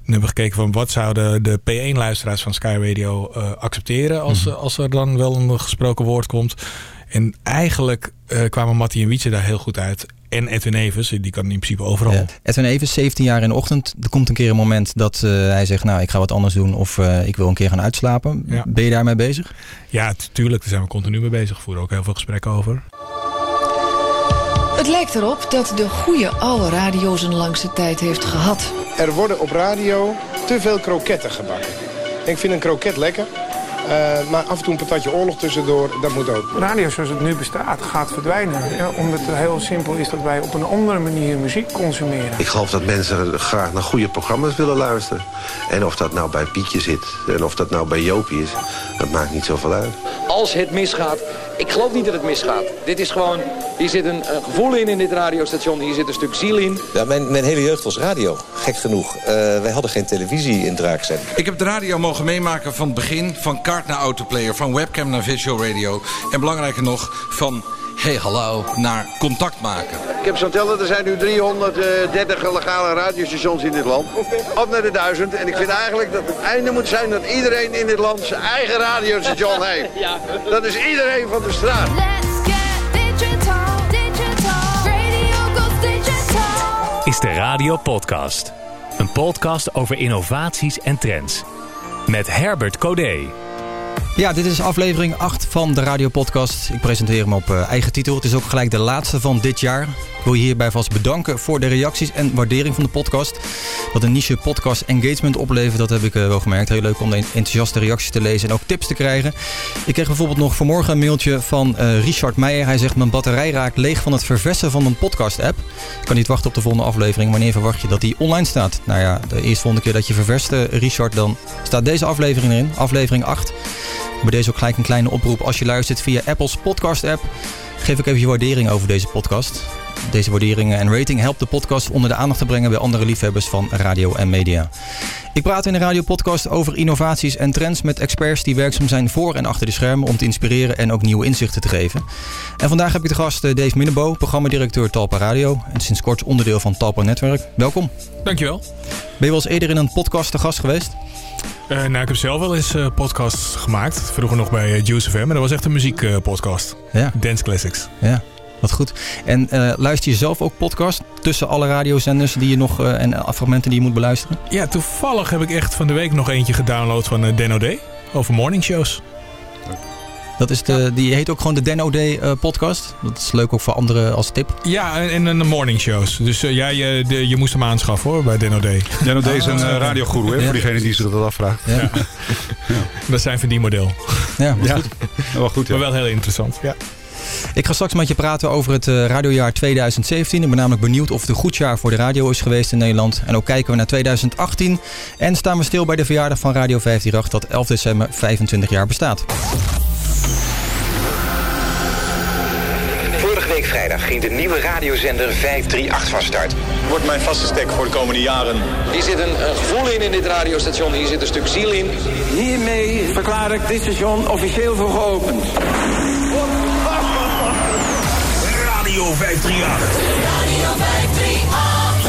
En hebben gekeken van wat zouden de P1-luisteraars van Sky Radio accepteren als er dan wel een gesproken woord komt. En eigenlijk kwamen Mattie en Wietse daar heel goed uit. En Edwin Evers, die kan in principe overal. Ja. Edwin Evers, 17 jaar in de ochtend. Er komt een keer een moment dat hij zegt, nou, ik ga wat anders doen of ik wil een keer gaan uitslapen. Ja. Ben je daarmee bezig? Ja, tuurlijk. Daar zijn we continu mee bezig. We voeren ook heel veel gesprekken over. Het lijkt erop dat de goede oude radio zijn langste tijd heeft gehad. Er worden op radio te veel kroketten gebakken. Ik vind een kroket lekker. Maar af en toe een patatje oorlog tussendoor, dat moet ook. Radio zoals het nu bestaat gaat verdwijnen. Ja, omdat het heel simpel is dat wij op een andere manier muziek consumeren. Ik geloof dat mensen graag naar goede programma's willen luisteren. En of dat nou bij Pietje zit en of dat nou bij Jopie is, dat maakt niet zoveel uit. Als het misgaat, ik geloof niet dat het misgaat. Dit is gewoon, hier zit een gevoel in dit radiostation, hier zit een stuk ziel in. Ja, mijn hele jeugd was radio, gek genoeg. Wij hadden geen televisie in Draakzend. Ik heb de radio mogen meemaken van het begin, van kaart naar autoplayer, van webcam naar visual radio. En belangrijker nog, van hey hallo naar contact maken. Ik heb zo'n tellen, er zijn nu 330 legale radiostations in dit land. Op naar de 1000. En ik vind eigenlijk dat het einde moet zijn dat iedereen in dit land zijn eigen radiostation heeft. Ja. Dat is iedereen van de straat. Is de Radio Podcast. Een podcast over innovaties en trends. Met Herbert Codé. Ja, dit is aflevering 8 van de Radio Podcast. Ik presenteer hem op eigen titel. Het is ook gelijk de laatste van dit jaar. Ik wil je hierbij vast bedanken voor de reacties en waardering van de podcast. Wat een niche podcast engagement oplevert, dat heb ik wel gemerkt. Heel leuk om de enthousiaste reacties te lezen en ook tips te krijgen. Ik kreeg bijvoorbeeld nog vanmorgen een mailtje van Richard Meijer. Hij zegt, mijn batterij raakt leeg van het verversen van een podcast-app. Ik kan niet wachten op de volgende aflevering. Wanneer verwacht je dat die online staat? Nou ja, de eerste volgende keer dat je ververst, Richard, dan staat deze aflevering erin. Aflevering 8. Bij deze ook gelijk een kleine oproep. Als je luistert via Apple's podcast-app, geef ook even je waardering over deze podcast. Deze waarderingen en rating helpt de podcast onder de aandacht te brengen bij andere liefhebbers van radio en media. Ik praat in de radiopodcast over innovaties en trends met experts die werkzaam zijn voor en achter de schermen om te inspireren en ook nieuwe inzichten te geven. En vandaag heb ik de gast Dave Minnebo, programmadirecteur Talpa Radio en sinds kort onderdeel van Talpa Netwerk. Welkom. Dankjewel. Ben je wel eens eerder in een podcast te gast geweest? Nou, ik heb zelf wel eens podcasts gemaakt. Vroeger nog bij Juice FM. En dat was echt een muziekpodcast. Ja. Dance Classics. Ja, wat goed. En luister je zelf ook podcast tussen alle radiozenders die je nog en fragmenten die je moet beluisteren? Ja, toevallig heb ik echt van de week nog eentje gedownload van Den OD. Over morning shows. Dat is die heet ook gewoon de Den OD podcast. Dat is leuk ook voor anderen als tip. Ja, en de morning shows. Dus je moest hem aanschaffen hoor, bij Den OD. Den OD is een radiogoeroe, hè, voor diegene die zich dat afvraagt. Ja. Ja. Dat zijn verdienmodel. Ja, goed. Wel goed. Ja. Maar wel heel interessant. Ja. Ik ga straks met je praten over het radiojaar 2017. Ik ben namelijk benieuwd of het een goed jaar voor de radio is geweest in Nederland. En ook kijken we naar 2018. En staan we stil bij de verjaardag van Radio 538 dat 11 december 25 jaar bestaat. Vorige week vrijdag ging de nieuwe radiozender 538 van start. Wordt mijn vaste stek voor de komende jaren. Hier zit een gevoel in dit radiostation, hier zit een stuk ziel in. Hiermee verklaar ik dit station officieel voor geopend. Radio 538. Radio 538.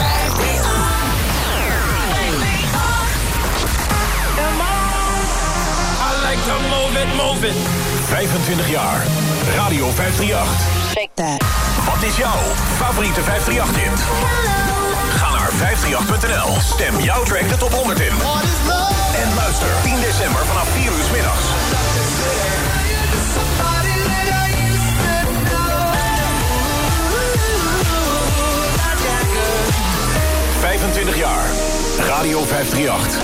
538. I like to move it. 25 jaar. Radio 538. Shake that. Wat is jouw favoriete 538-hit? Ga naar 538.nl. Stem jouw track de top 100 in. En luister 10 december vanaf 4 uur 's middags. 25 jaar. Radio 538.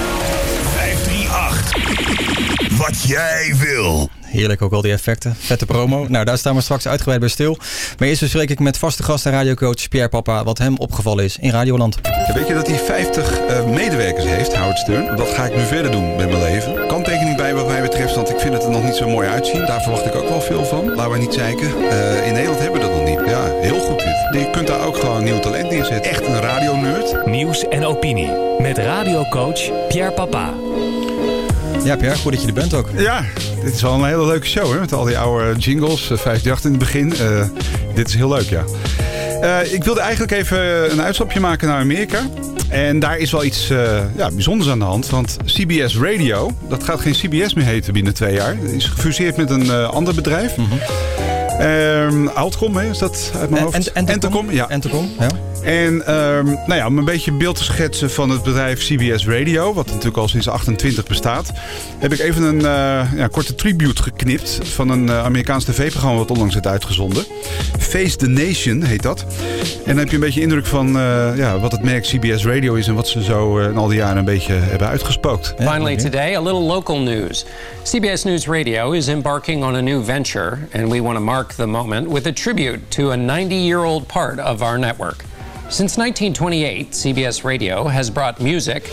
538. Wat jij wil. Heerlijk ook al die effecten. Vette promo. Nou, daar staan we straks uitgebreid bij stil. Maar eerst bespreek ik met vaste gast en radiocoach Pierre Papa wat hem opgevallen is in Radioland. Ja, weet je dat hij 50 medewerkers heeft, Howard Stern? Dat ga ik nu verder doen met mijn leven. Kanttekening bij wat mij betreft, want ik vind het er nog niet zo mooi uitzien. Daar verwacht ik ook wel veel van. Laten we niet zeiken. In Nederland hebben we dat nog niet. Ja, heel goed dit. Je kunt daar ook gewoon nieuw talent neerzetten. Echt een radionerd. Nieuws en opinie. Met radiocoach Pierre Papa. Ja, Pierre, goed dat je er bent ook. Ja, dit is wel een hele leuke show, hè? Met al die oude jingles, 538 in het begin. Dit is heel leuk, ja. Ik wilde eigenlijk even een uitstapje maken naar Amerika. En daar is wel iets bijzonders aan de hand. Want CBS Radio, dat gaat geen CBS meer heten binnen 2 jaar. Het is gefuseerd met een ander bedrijf. Outcom, is dat uit mijn hoofd? Entercom, ja. Entercom, ja. En om een beetje beeld te schetsen van het bedrijf CBS Radio, wat natuurlijk al sinds 28 bestaat, heb ik even een korte tribute geknipt van een Amerikaans tv-programma wat onlangs is uitgezonden. Face the Nation heet dat. En dan heb je een beetje indruk van wat het merk CBS Radio is en wat ze zo in al die jaren een beetje hebben uitgespookt. Finally today, a little local news. CBS News Radio is embarking on a new venture, and we want to mark the moment with a tribute to a 90-year-old part of our network. Since 1928, CBS Radio has brought music,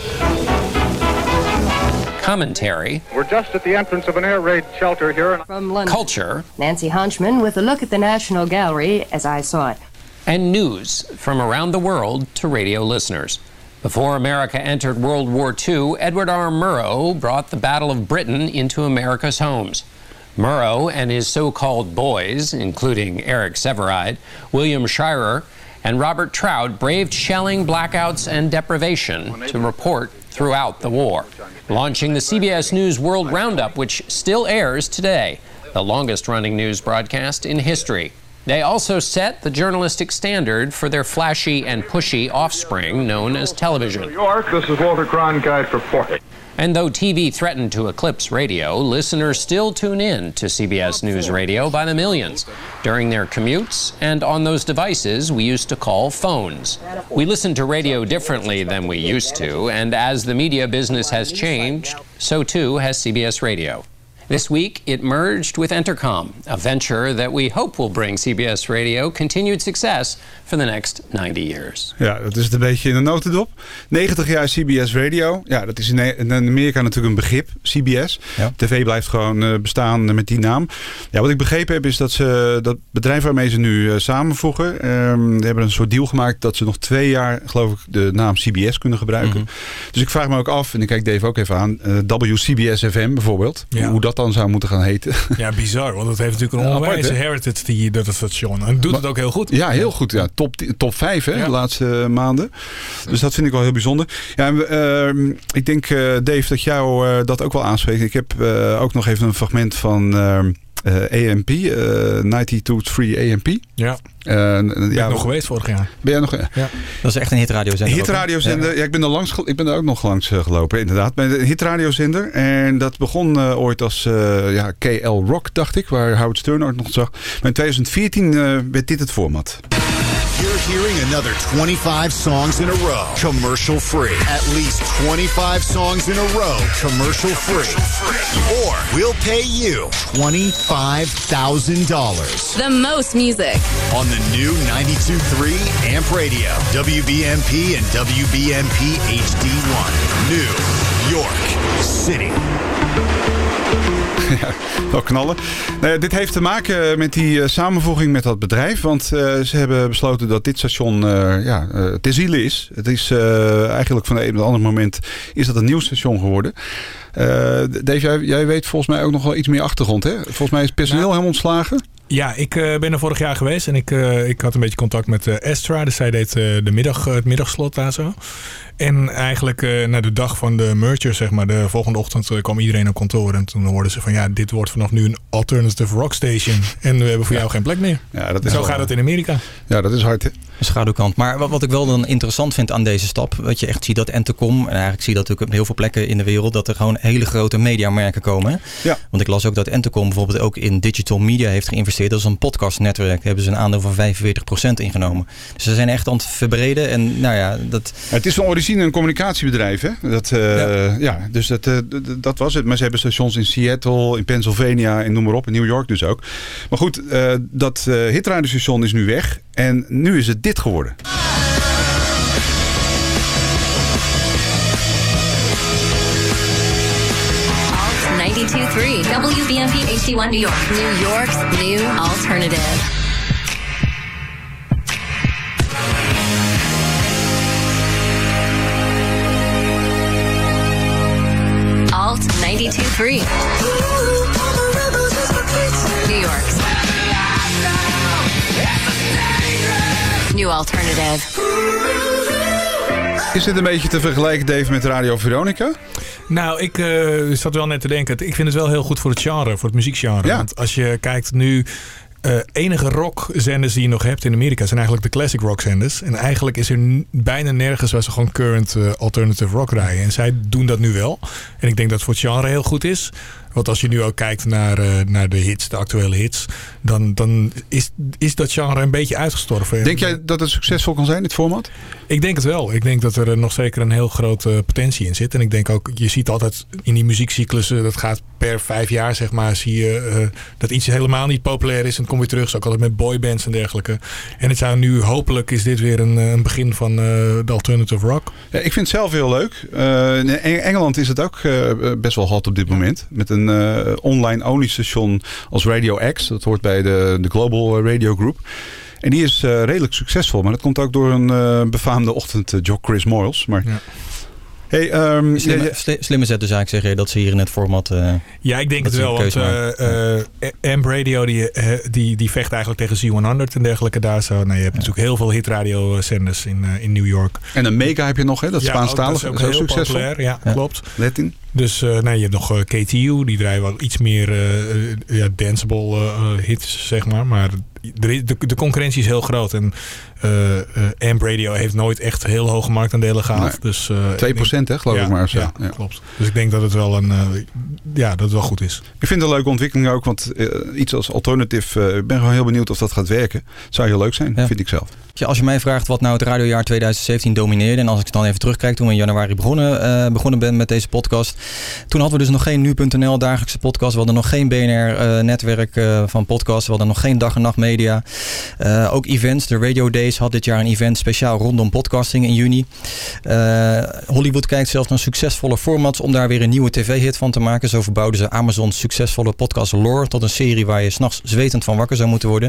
commentary, we're just at the entrance of an air raid shelter here from London, culture, Nancy Hunchman with a look at the National Gallery as I saw it, and news from around the world to radio listeners. Before America entered World War II, Edward R. Murrow brought the Battle of Britain into America's homes. Murrow and his so-called boys, including Eric Sevareid, William Shirer, and Robert Trout, braved shelling, blackouts, and deprivation to report throughout the war, launching the CBS News World Roundup, which still airs today, the longest-running news broadcast in history. They also set the journalistic standard for their flashy and pushy offspring known as television. New York, this is Walter Cronkite reporting. And though TV threatened to eclipse radio, listeners still tune in to CBS News Radio by the millions during their commutes and on those devices we used to call phones. We listen to radio differently than we used to, and as the media business has changed, so too has CBS Radio. This week, it merged with Entercom, a venture that we hope will bring CBS Radio continued success for the next 90 years. Ja, dat is het een beetje in een notendop. 90 jaar CBS Radio. Ja, dat is in Amerika natuurlijk een begrip, CBS. Ja. TV blijft gewoon bestaan met die naam. Ja, wat ik begrepen heb is dat ze dat bedrijf waarmee ze nu samenvoegen, die hebben een soort deal gemaakt dat ze nog 2 jaar, geloof ik, de naam CBS kunnen gebruiken. Dus ik vraag me ook af, en ik kijk Dave ook even aan, WCBS FM bijvoorbeeld. Ja. Hoe dat dan zou moeten gaan heten. Ja, bizar. Want het heeft natuurlijk een onwijze heritage, dat station. En het doet het ook heel goed. Ja, heel goed. Ja. Top 5 de laatste maanden. Dus dat vind ik wel heel bijzonder. Ja, ik denk, Dave, dat jou dat ook wel aanspreekt. Ik heb ook nog even een fragment van AMP, 92.3 AMP. Ja. Ben ik nog geweest vorig jaar. Ben jij nog? Ja. Dat is echt een hitradiozender. Hitradiozender. Ja, ik ben er ook nog langs gelopen, inderdaad. Bij een hitradiozender. En dat begon ooit als KL Rock, dacht ik, waar Howard Stern ooit nog zag. Maar in 2014 werd dit het format. You're hearing another 25 songs in a row, commercial free. At least 25 songs in a row, commercial free. Or we'll pay you $25,000. The most music. On the new 92.3 AMP Radio, WBMP and WBMP HD1. New York City. Ja, wel knallen. Nou ja, dit heeft te maken met die samenvoeging met dat bedrijf. Want ze hebben besloten dat dit station ter ziele is. Het is eigenlijk van de een op het andere moment is dat een nieuw station geworden. Dave, jij weet volgens mij ook nog wel iets meer achtergrond. Hè? Volgens mij is het personeel helemaal ontslagen. Ja, ik ben er vorig jaar geweest en ik had een beetje contact met Estra. Dus zij deed het middagslot daar zo. En eigenlijk na de dag van de merger, zeg maar, de volgende ochtend kwam iedereen op kantoor. En toen hoorden ze van dit wordt vanaf nu een alternative rock station. En we hebben voor jou geen plek meer. Ja, dat is zo gaat het in Amerika. Ja, dat is hard, hè? Een schaduwkant. Maar wat ik wel dan interessant vind aan deze stap, wat je echt ziet dat Entercom, en eigenlijk zie je dat ook op heel veel plekken in de wereld, dat er gewoon hele grote mediamerken komen. Hè? Ja. Want ik las ook dat Entercom bijvoorbeeld ook in digital media heeft geïnvesteerd. Dat is een podcastnetwerk. Daar hebben ze een aandeel van 45% ingenomen. Dus ze zijn echt aan het verbreden. En Het is van origine een communicatiebedrijf, hè? Dus dat was het. Maar ze hebben stations in Seattle, in Pennsylvania en noem maar op. In New York dus ook. Maar goed, dat hitradiostation is nu weg. En nu is het dit geworden. Alt 92.3 WBMP HD1 New York. New York's new alternative. Alt 92.3 New York's new alternative. Is dit een beetje te vergelijken, Dave, met Radio Veronica? Nou, ik zat wel net te denken. Ik vind het wel heel goed voor het genre, voor het muziekgenre. Ja. Want als je kijkt nu... enige rockzenders die je nog hebt in Amerika zijn eigenlijk de classic rockzenders. En eigenlijk is er bijna nergens waar ze gewoon current alternative rock rijden. En zij doen dat nu wel. En ik denk dat het voor het genre heel goed is. Want als je nu ook kijkt naar de hits, de actuele hits, dan is dat genre een beetje uitgestorven. Denk jij dat het succesvol kan zijn, dit format? Ik denk het wel. Ik denk dat er nog zeker een heel grote potentie in zit. En ik denk ook, je ziet altijd in die muziekcyclussen, dat gaat per 5 jaar, zeg maar, zie je dat iets helemaal niet populair is en het komt weer terug. Zo ook altijd met boybands en dergelijke. En het zou nu, hopelijk is dit weer een begin van de alternative rock. Ja, ik vind het zelf heel leuk. In Engeland is het ook best wel hot op dit moment. Met een online-only station als Radio X. Dat hoort bij de Global Radio Group. En die is redelijk succesvol. Maar dat komt ook door een befaamde ochtendjock Chris Moyles. Maar... Ja. Hey, slimme zet dus eigenlijk, zeg je, dat ze hier in het format... ja, ik denk het wel. Want Amp Radio die vecht eigenlijk tegen Z100 en dergelijke daar zo. Nou, je hebt natuurlijk heel veel hitradiozenders in New York. En een Mega heb je nog, hè? Dat Spaanstalig. Dat is ook heel succesvol. Populair. Ja, klopt. Latin. Dus je hebt nog KTU. Die draaien wel iets meer danceable hits, zeg maar. Maar de concurrentie is heel groot. En Amp Radio heeft nooit echt heel hoge marktaandelen gehad. Nee. Dus, 2% hè, geloof ik maar. Zo. Ja, klopt. Dus ik denk dat het wel dat het wel goed is. Ik vind het een leuke ontwikkeling ook. Want iets als alternative, ik ben gewoon heel benieuwd of dat gaat werken. Zou heel leuk zijn, vind ik zelf. Als je mij vraagt wat nou het radiojaar 2017 domineerde... en als ik dan even terugkijk toen we in januari begonnen ben met deze podcast... toen hadden we dus nog geen Nu.nl dagelijkse podcast. We hadden nog geen BNR-netwerk van podcasts. We hadden nog geen dag en nacht media. Ook events, de Radio Days had dit jaar een event speciaal rondom podcasting in juni. Hollywood kijkt zelfs naar succesvolle formats... om daar weer een nieuwe tv-hit van te maken. Zo verbouwden ze Amazon's succesvolle podcast Lore... tot een serie waar je 's nachts zwetend van wakker zou moeten worden.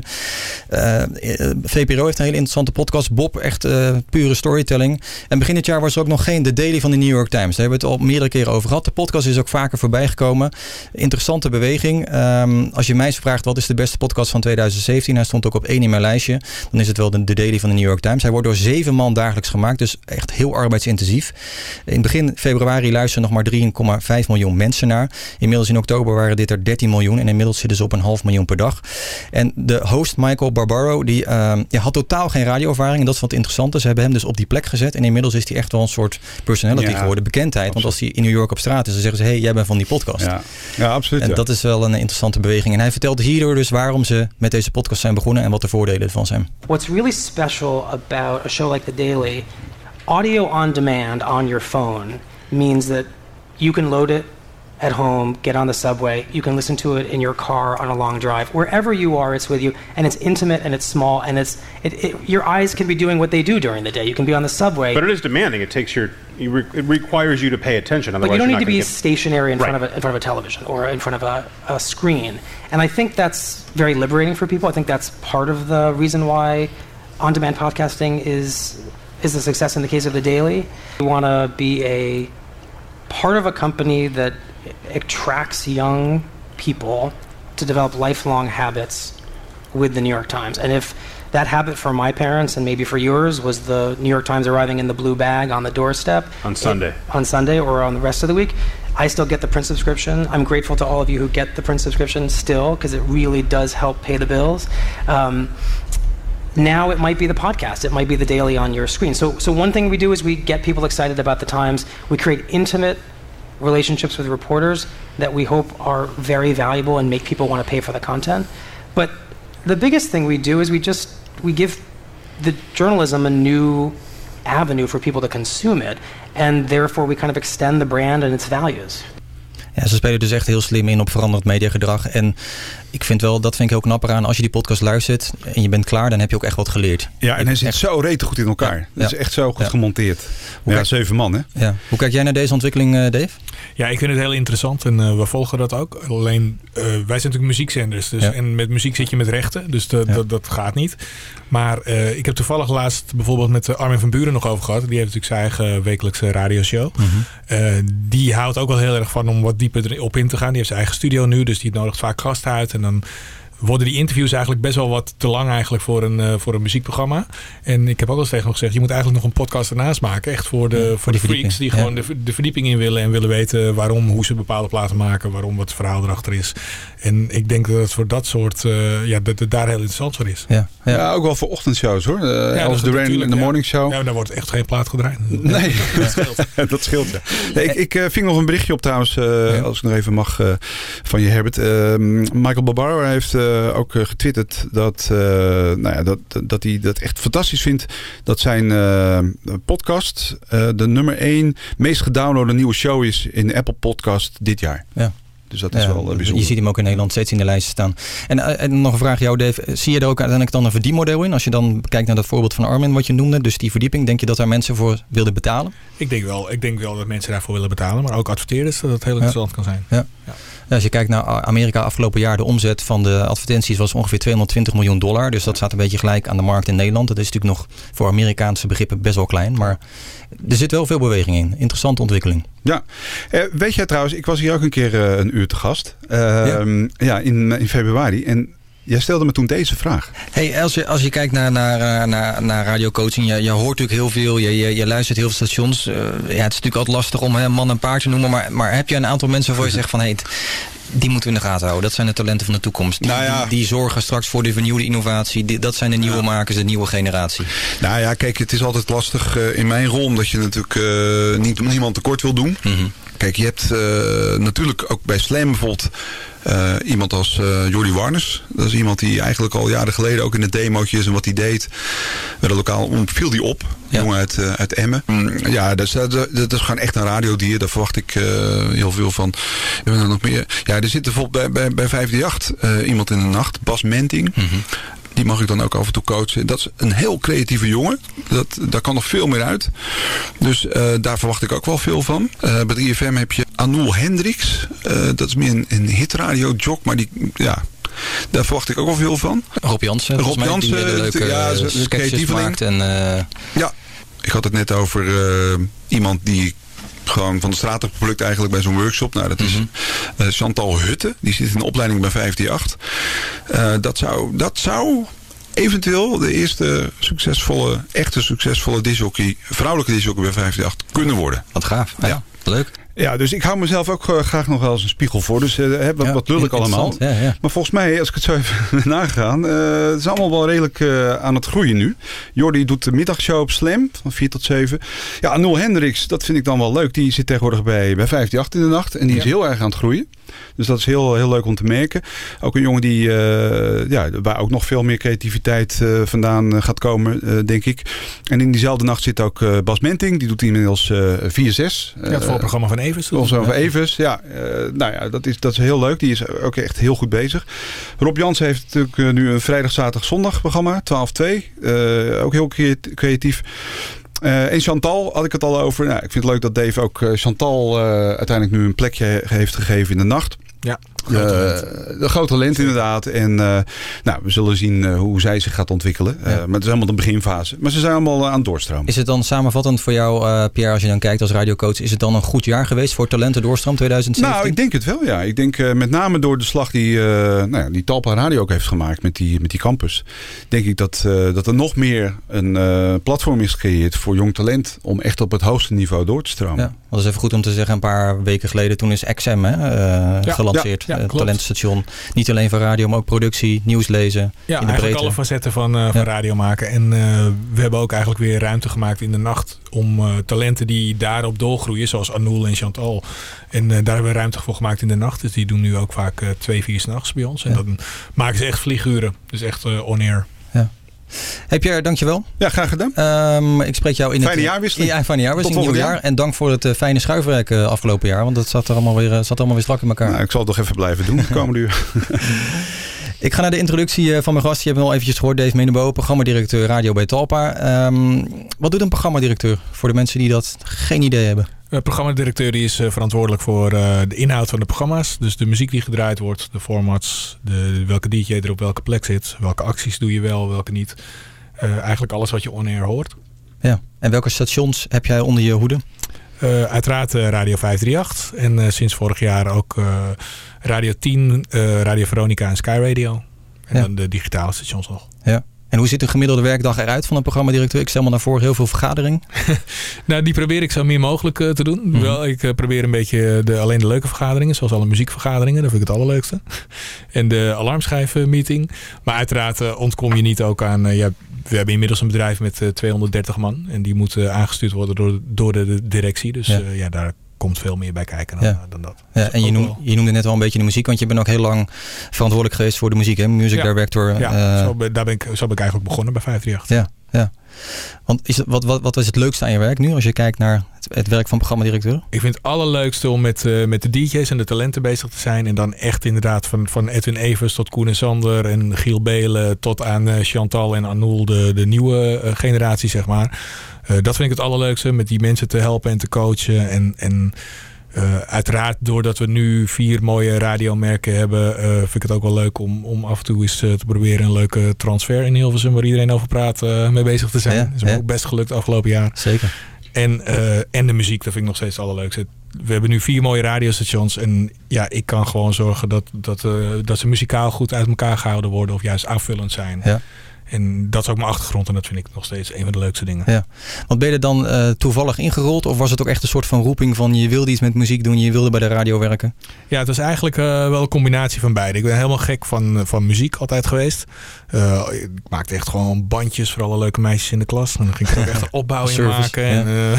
VPRO heeft een hele interessante podcast. Bob, echt pure storytelling. En begin dit jaar was er ook nog geen The Daily van de New York Times. Daar hebben we het al meerdere keren over gehad. De podcast is ook vaker voorbij gekomen. Interessante beweging. Als je mij vraagt wat is de beste podcast van 2017... hij stond ook op 1 in mijn lijstje. Dan is het wel de Daily van de New York Times. Hij wordt door 7 man dagelijks gemaakt. Dus echt heel arbeidsintensief. In begin februari luisteren nog maar 3,5 miljoen mensen naar. Inmiddels in oktober waren dit er 13 miljoen. En inmiddels zitten ze op 500.000 per dag. En de host Michael Barbaro, die had totaal geen radioervaring. En dat is wat interessant is. Ze hebben hem dus op die plek gezet. En inmiddels is hij echt wel een soort personality geworden. Bekendheid. Absoluut. Want als hij in New York op straat is, dan zeggen ze... hey, jij bent van die podcast. Ja, absoluut. En dat is wel een interessante beweging. En hij vertelt hierdoor dus waarom ze met deze podcast zijn begonnen... en wat de voordelen ervan zijn. What's really special about a show like The Daily... audio on demand on your phone... means that you can load it at home, get on the subway, you can listen to it in your car on a long drive. Wherever you are, it's with you, and it's intimate and it's small, and your eyes can be doing what they do during the day. You can be on the subway. But it is demanding. It requires you to pay attention. But you don't need to be stationary in front of a television or in front of a screen. And I think that's very liberating for people. I think that's part of the reason why on-demand podcasting is a success in the case of The Daily. We want to be a part of a company that attracts young people to develop lifelong habits with the New York Times. And if that habit for my parents and maybe for yours was the New York Times arriving in the blue bag on the doorstep on Sunday or on the rest of the week, I still get the print subscription. I'm grateful to all of you who get the print subscription still, because it really does help pay the bills. Now it might be the podcast. It might be The Daily on your screen. So one thing we do is we get people excited about the Times. We create intimate relationships with reporters that we hope are very valuable and make people want to pay for the content. But the biggest thing we do is we give the journalism a new avenue for people to consume it, and therefore we kind of extend the brand and its values. Ja, ze spelen dus echt heel slim in op veranderd mediagedrag. En ik vind wel, dat vind ik heel knap eraan. Als je die podcast luistert en je bent klaar, dan heb je ook echt wat geleerd. Ja, en hij zit zo rete goed in elkaar. Ja. Dat is echt zo goed gemonteerd. 7 man, hè? Ja. Hoe kijk jij naar deze ontwikkeling, Dave? Ja, ik vind het heel interessant en we volgen dat ook. Alleen, wij zijn natuurlijk muziekzenders. Dus, en met muziek zit je met rechten, dus dat gaat niet. Maar ik heb toevallig laatst bijvoorbeeld met Armin van Buuren nog over gehad. Die heeft natuurlijk zijn eigen wekelijkse radioshow. Mm-hmm. Die houdt ook wel heel erg van om wat dieper op in te gaan. Die heeft zijn eigen studio nu, dus die nodigt vaak gasten uit. En dan worden die interviews eigenlijk best wel wat te lang eigenlijk voor een muziekprogramma. En ik heb ook al eens tegen hem gezegd, je moet eigenlijk nog een podcast ernaast maken. Echt voor de freaks die gewoon de verdieping in willen en willen weten hoe ze bepaalde platen maken, wat het verhaal erachter is. En ik denk dat het voor dat soort, dat het daar heel interessant voor is. Ja, ook wel voor ochtendshows hoor. Elvis Duran in de morning show. Ja, daar wordt echt geen plaat gedraaid. Nee, dat scheelt. Nee, ik ving nog een berichtje op trouwens, als ik nog even mag, van je Herbert. Michael Barbaro heeft ook getwitterd dat hij dat echt fantastisch vindt. Dat zijn podcast de nummer 1 meest gedownloade nieuwe show is in de Apple Podcast dit jaar. Ja. Dus dat is wel bijzonder. Je ziet hem ook in Nederland steeds in de lijst staan. En nog een vraag jou, Dave. Zie je er ook uiteindelijk dan een verdienmodel in? Als je dan kijkt naar dat voorbeeld van Armin wat je noemde. Dus die verdieping. Denk je dat daar mensen voor wilden betalen? Ik denk wel dat mensen daarvoor willen betalen. Maar ook adverteerders dat het heel interessant kan zijn. Ja. Ja, als je kijkt naar Amerika afgelopen jaar, de omzet van de advertenties was ongeveer $220 miljoen. Dus dat staat een beetje gelijk aan de markt in Nederland. Dat is natuurlijk nog voor Amerikaanse begrippen best wel klein. Maar er zit wel veel beweging in. Interessante ontwikkeling. Ja. Weet jij trouwens, ik was hier ook een keer een uur te gast. In februari. En jij stelde me toen deze vraag. Hey, als je kijkt naar radiocoaching, je hoort natuurlijk heel veel, je luistert heel veel stations. Het is natuurlijk altijd lastig om man en paard te noemen, maar heb je een aantal mensen waarvoor je zegt van die moeten we in de gaten houden. Dat zijn de talenten van de toekomst. Die zorgen straks voor de vernieuwde innovatie. Dat zijn de nieuwe makers, de nieuwe generatie. Nou ja, kijk, het is altijd lastig in mijn rol, omdat je natuurlijk niemand tekort wil doen. Mm-hmm. Kijk, je hebt natuurlijk ook bij Slam bijvoorbeeld iemand als Jordi Warners. Dat is iemand die eigenlijk al jaren geleden ook in de demootjes en wat hij deed bij de lokaal viel die op. Ja. Jongen uit Emmen. Ja, dat is gewoon echt een radiodier. Daar verwacht ik heel veel van. Hebben we er nog meer? Ja, er zit bijvoorbeeld bij 538 iemand in de nacht. Bas Menting. Mm-hmm. Die mag ik dan ook af en toe coachen. Dat is een heel creatieve jongen. Daar kan nog veel meer uit. Dus daar verwacht ik ook wel veel van. Bij 3FM heb je Anoul Hendricks. Dat is meer een hitradio-jog. Maar daar verwacht ik ook wel veel van. Rob Jansen. Die leuke sketches maakt. Ja, ik had het net over iemand die gewoon van de straat geplukt eigenlijk bij zo'n workshop. Nou, dat is Chantal Hutte. Die zit in de opleiding bij 538. Dat zou eventueel de eerste echte succesvolle discjockey, vrouwelijke discjockey bij 538 kunnen worden. Wat gaaf. Ja. Leuk. Ja, dus ik hou mezelf ook graag nog wel eens een spiegel voor. Dus wat lul ik allemaal. Ja. Maar volgens mij, als ik het zo even ben nagegaan, het is allemaal wel redelijk aan het groeien nu. Jordi doet de middagshow op Slam van 4 tot 7. Ja, Anoul Hendricks, dat vind ik dan wel leuk. Die zit tegenwoordig bij 538 in de nacht. En die is heel erg aan het groeien. Dus dat is heel, heel leuk om te merken. Ook een jongen die waar ook nog veel meer creativiteit vandaan gaat komen, denk ik. En in diezelfde nacht zit ook Bas Menting. Die doet inmiddels 4-6. Het voorprogramma van Evers. Of zo van Evers, ja. Dat is heel leuk. Die is ook echt heel goed bezig. Rob Jansen heeft natuurlijk nu een vrijdag, zaterdag, zondag programma. 12-2. Ook heel creatief. En Chantal had ik het al over. Nou, ik vind het leuk dat Dave ook Chantal uiteindelijk nu een plekje heeft gegeven in de nacht. Ja. Een groot talent inderdaad. En we zullen zien hoe zij zich gaat ontwikkelen. Maar het is helemaal de beginfase. Maar ze zijn allemaal aan het doorstromen. Is het dan samenvattend voor jou, Pierre, als je dan kijkt als radiocoach, is het dan een goed jaar geweest voor talenten doorstroom 2017? Nou, ik denk het wel, ja. Ik denk met name door de slag die Talpa Radio ook heeft gemaakt met die campus. Denk ik dat er nog meer een platform is gecreëerd voor jong talent om echt op het hoogste niveau door te stromen. Ja, dat is even goed om te zeggen. Een paar weken geleden, toen is XM gelanceerd. Talentenstation. Niet alleen van radio, maar ook productie, nieuws lezen. Ja, in de breedte. Alle facetten van radio maken. En we hebben ook eigenlijk weer ruimte gemaakt in de nacht om talenten die daarop doorgroeien, zoals Anoul en Chantal. En daar hebben we ruimte voor gemaakt in de nacht. Dus die doen nu ook vaak 2-4 s'nachts bij ons. En dan maken ze echt vlieguren. Dus echt on-air. Ja. Hey Pierre, dankjewel. Ja, graag gedaan. Ik spreek jou in fijne jaarwisseling. Ja, fijne jaarwisseling, nieuw jaar. En dank voor het fijne schuifwerk afgelopen jaar. Want dat zat allemaal weer strak in elkaar. Nou, ik zal het toch even blijven doen de komende uur. Ik ga naar de introductie van mijn gast. Je hebt hem al eventjes gehoord, Dave Menebo, programmadirecteur radio bij Talpa. Wat doet een programmadirecteur voor de mensen die dat geen idee hebben? De programmadirecteur die is verantwoordelijk voor de inhoud van de programma's. Dus de muziek die gedraaid wordt, de formats, welke DJ er op welke plek zit. Welke acties doe je wel, welke niet. Eigenlijk alles wat je on-air hoort. Ja. En welke stations heb jij onder je hoede? Uiteraard Radio 538. En sinds vorig jaar ook Radio 10, Radio Veronica en Sky Radio. En dan de digitale stations nog. Ja. En hoe ziet een gemiddelde werkdag eruit van een programmadirecteur? Ik stel me naar voor heel veel vergadering. Nou, die probeer ik zo meer mogelijk te doen. Mm-hmm. Wel, ik probeer een beetje alleen de leuke vergaderingen, zoals alle muziekvergaderingen. Dat vind ik het allerleukste. En de alarmschijfmeeting. Maar uiteraard ontkom je niet ook aan... we hebben inmiddels een bedrijf met 230 man. En die moet aangestuurd worden door de directie. Dus daar komt veel meer bij kijken dan dat. Ja, en je noemde net al een beetje de muziek, want je bent ook heel lang verantwoordelijk geweest voor de muziek, hè? Music director. Ja, zo ben ik eigenlijk begonnen bij 538. Ja. Want wat is het leukste aan je werk nu, als je kijkt naar het werk van programmadirecteur? Ik vind het allerleukste om met de DJ's en de talenten bezig te zijn. En dan echt inderdaad van Edwin Evers tot Koen en Sander en Giel Belen tot aan Chantal en Anoul, de nieuwe generatie, zeg maar. Dat vind ik het allerleukste, met die mensen te helpen en te coachen. En uiteraard, doordat we nu 4 mooie radiomerken hebben, vind ik het ook wel leuk om af en toe eens te proberen een leuke transfer in Hilversum, waar iedereen over praat, mee bezig te zijn. Dat is me ook best gelukt afgelopen jaar. Zeker. En de muziek, dat vind ik nog steeds het allerleukste. We hebben nu 4 mooie radiostations en ik kan gewoon zorgen dat ze muzikaal goed uit elkaar gehouden worden of juist aanvullend zijn. Ja. En dat is ook mijn achtergrond en dat vind ik nog steeds een van de leukste dingen. Ja. Want ben je er dan toevallig ingerold of was het ook echt een soort van roeping van je wilde iets met muziek doen, je wilde bij de radio werken? Ja, het was eigenlijk wel een combinatie van beide. Ik ben helemaal gek van muziek altijd geweest. Ik maakte echt gewoon bandjes voor alle leuke meisjes in de klas. En dan ging ik er ook echt een opbouw in maken. Ja.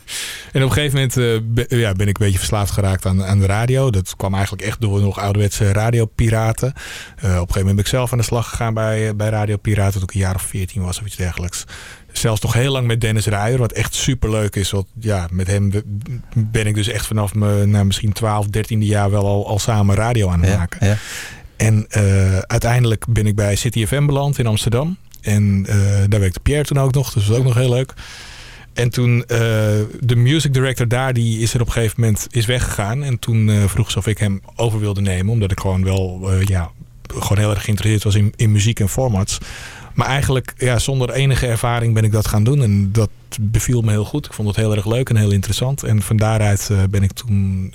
En op een gegeven moment ben ik een beetje verslaafd geraakt aan de radio. Dat kwam eigenlijk echt door nog ouderwetse radiopiraten. Op een gegeven moment ben ik zelf aan de slag gegaan bij radiopiraten toen ik een jaar of 14 was of iets dergelijks. Zelfs nog heel lang met Dennis Ruijer, wat echt superleuk is. Want met hem ben ik dus echt vanaf mijn misschien 12, 13e jaar wel al samen radio aan het maken. Ja. En uiteindelijk ben ik bij City FM beland in Amsterdam. En daar werkte Pierre toen ook nog, dus dat was ook nog heel leuk. En toen de music director daar, die is er op een gegeven moment weggegaan. En toen vroeg ze of ik hem over wilde nemen. Omdat ik gewoon wel gewoon heel erg geïnteresseerd was in muziek en formats. Maar eigenlijk zonder enige ervaring ben ik dat gaan doen. En dat beviel me heel goed. Ik vond het heel erg leuk en heel interessant. En van daaruit ben ik toen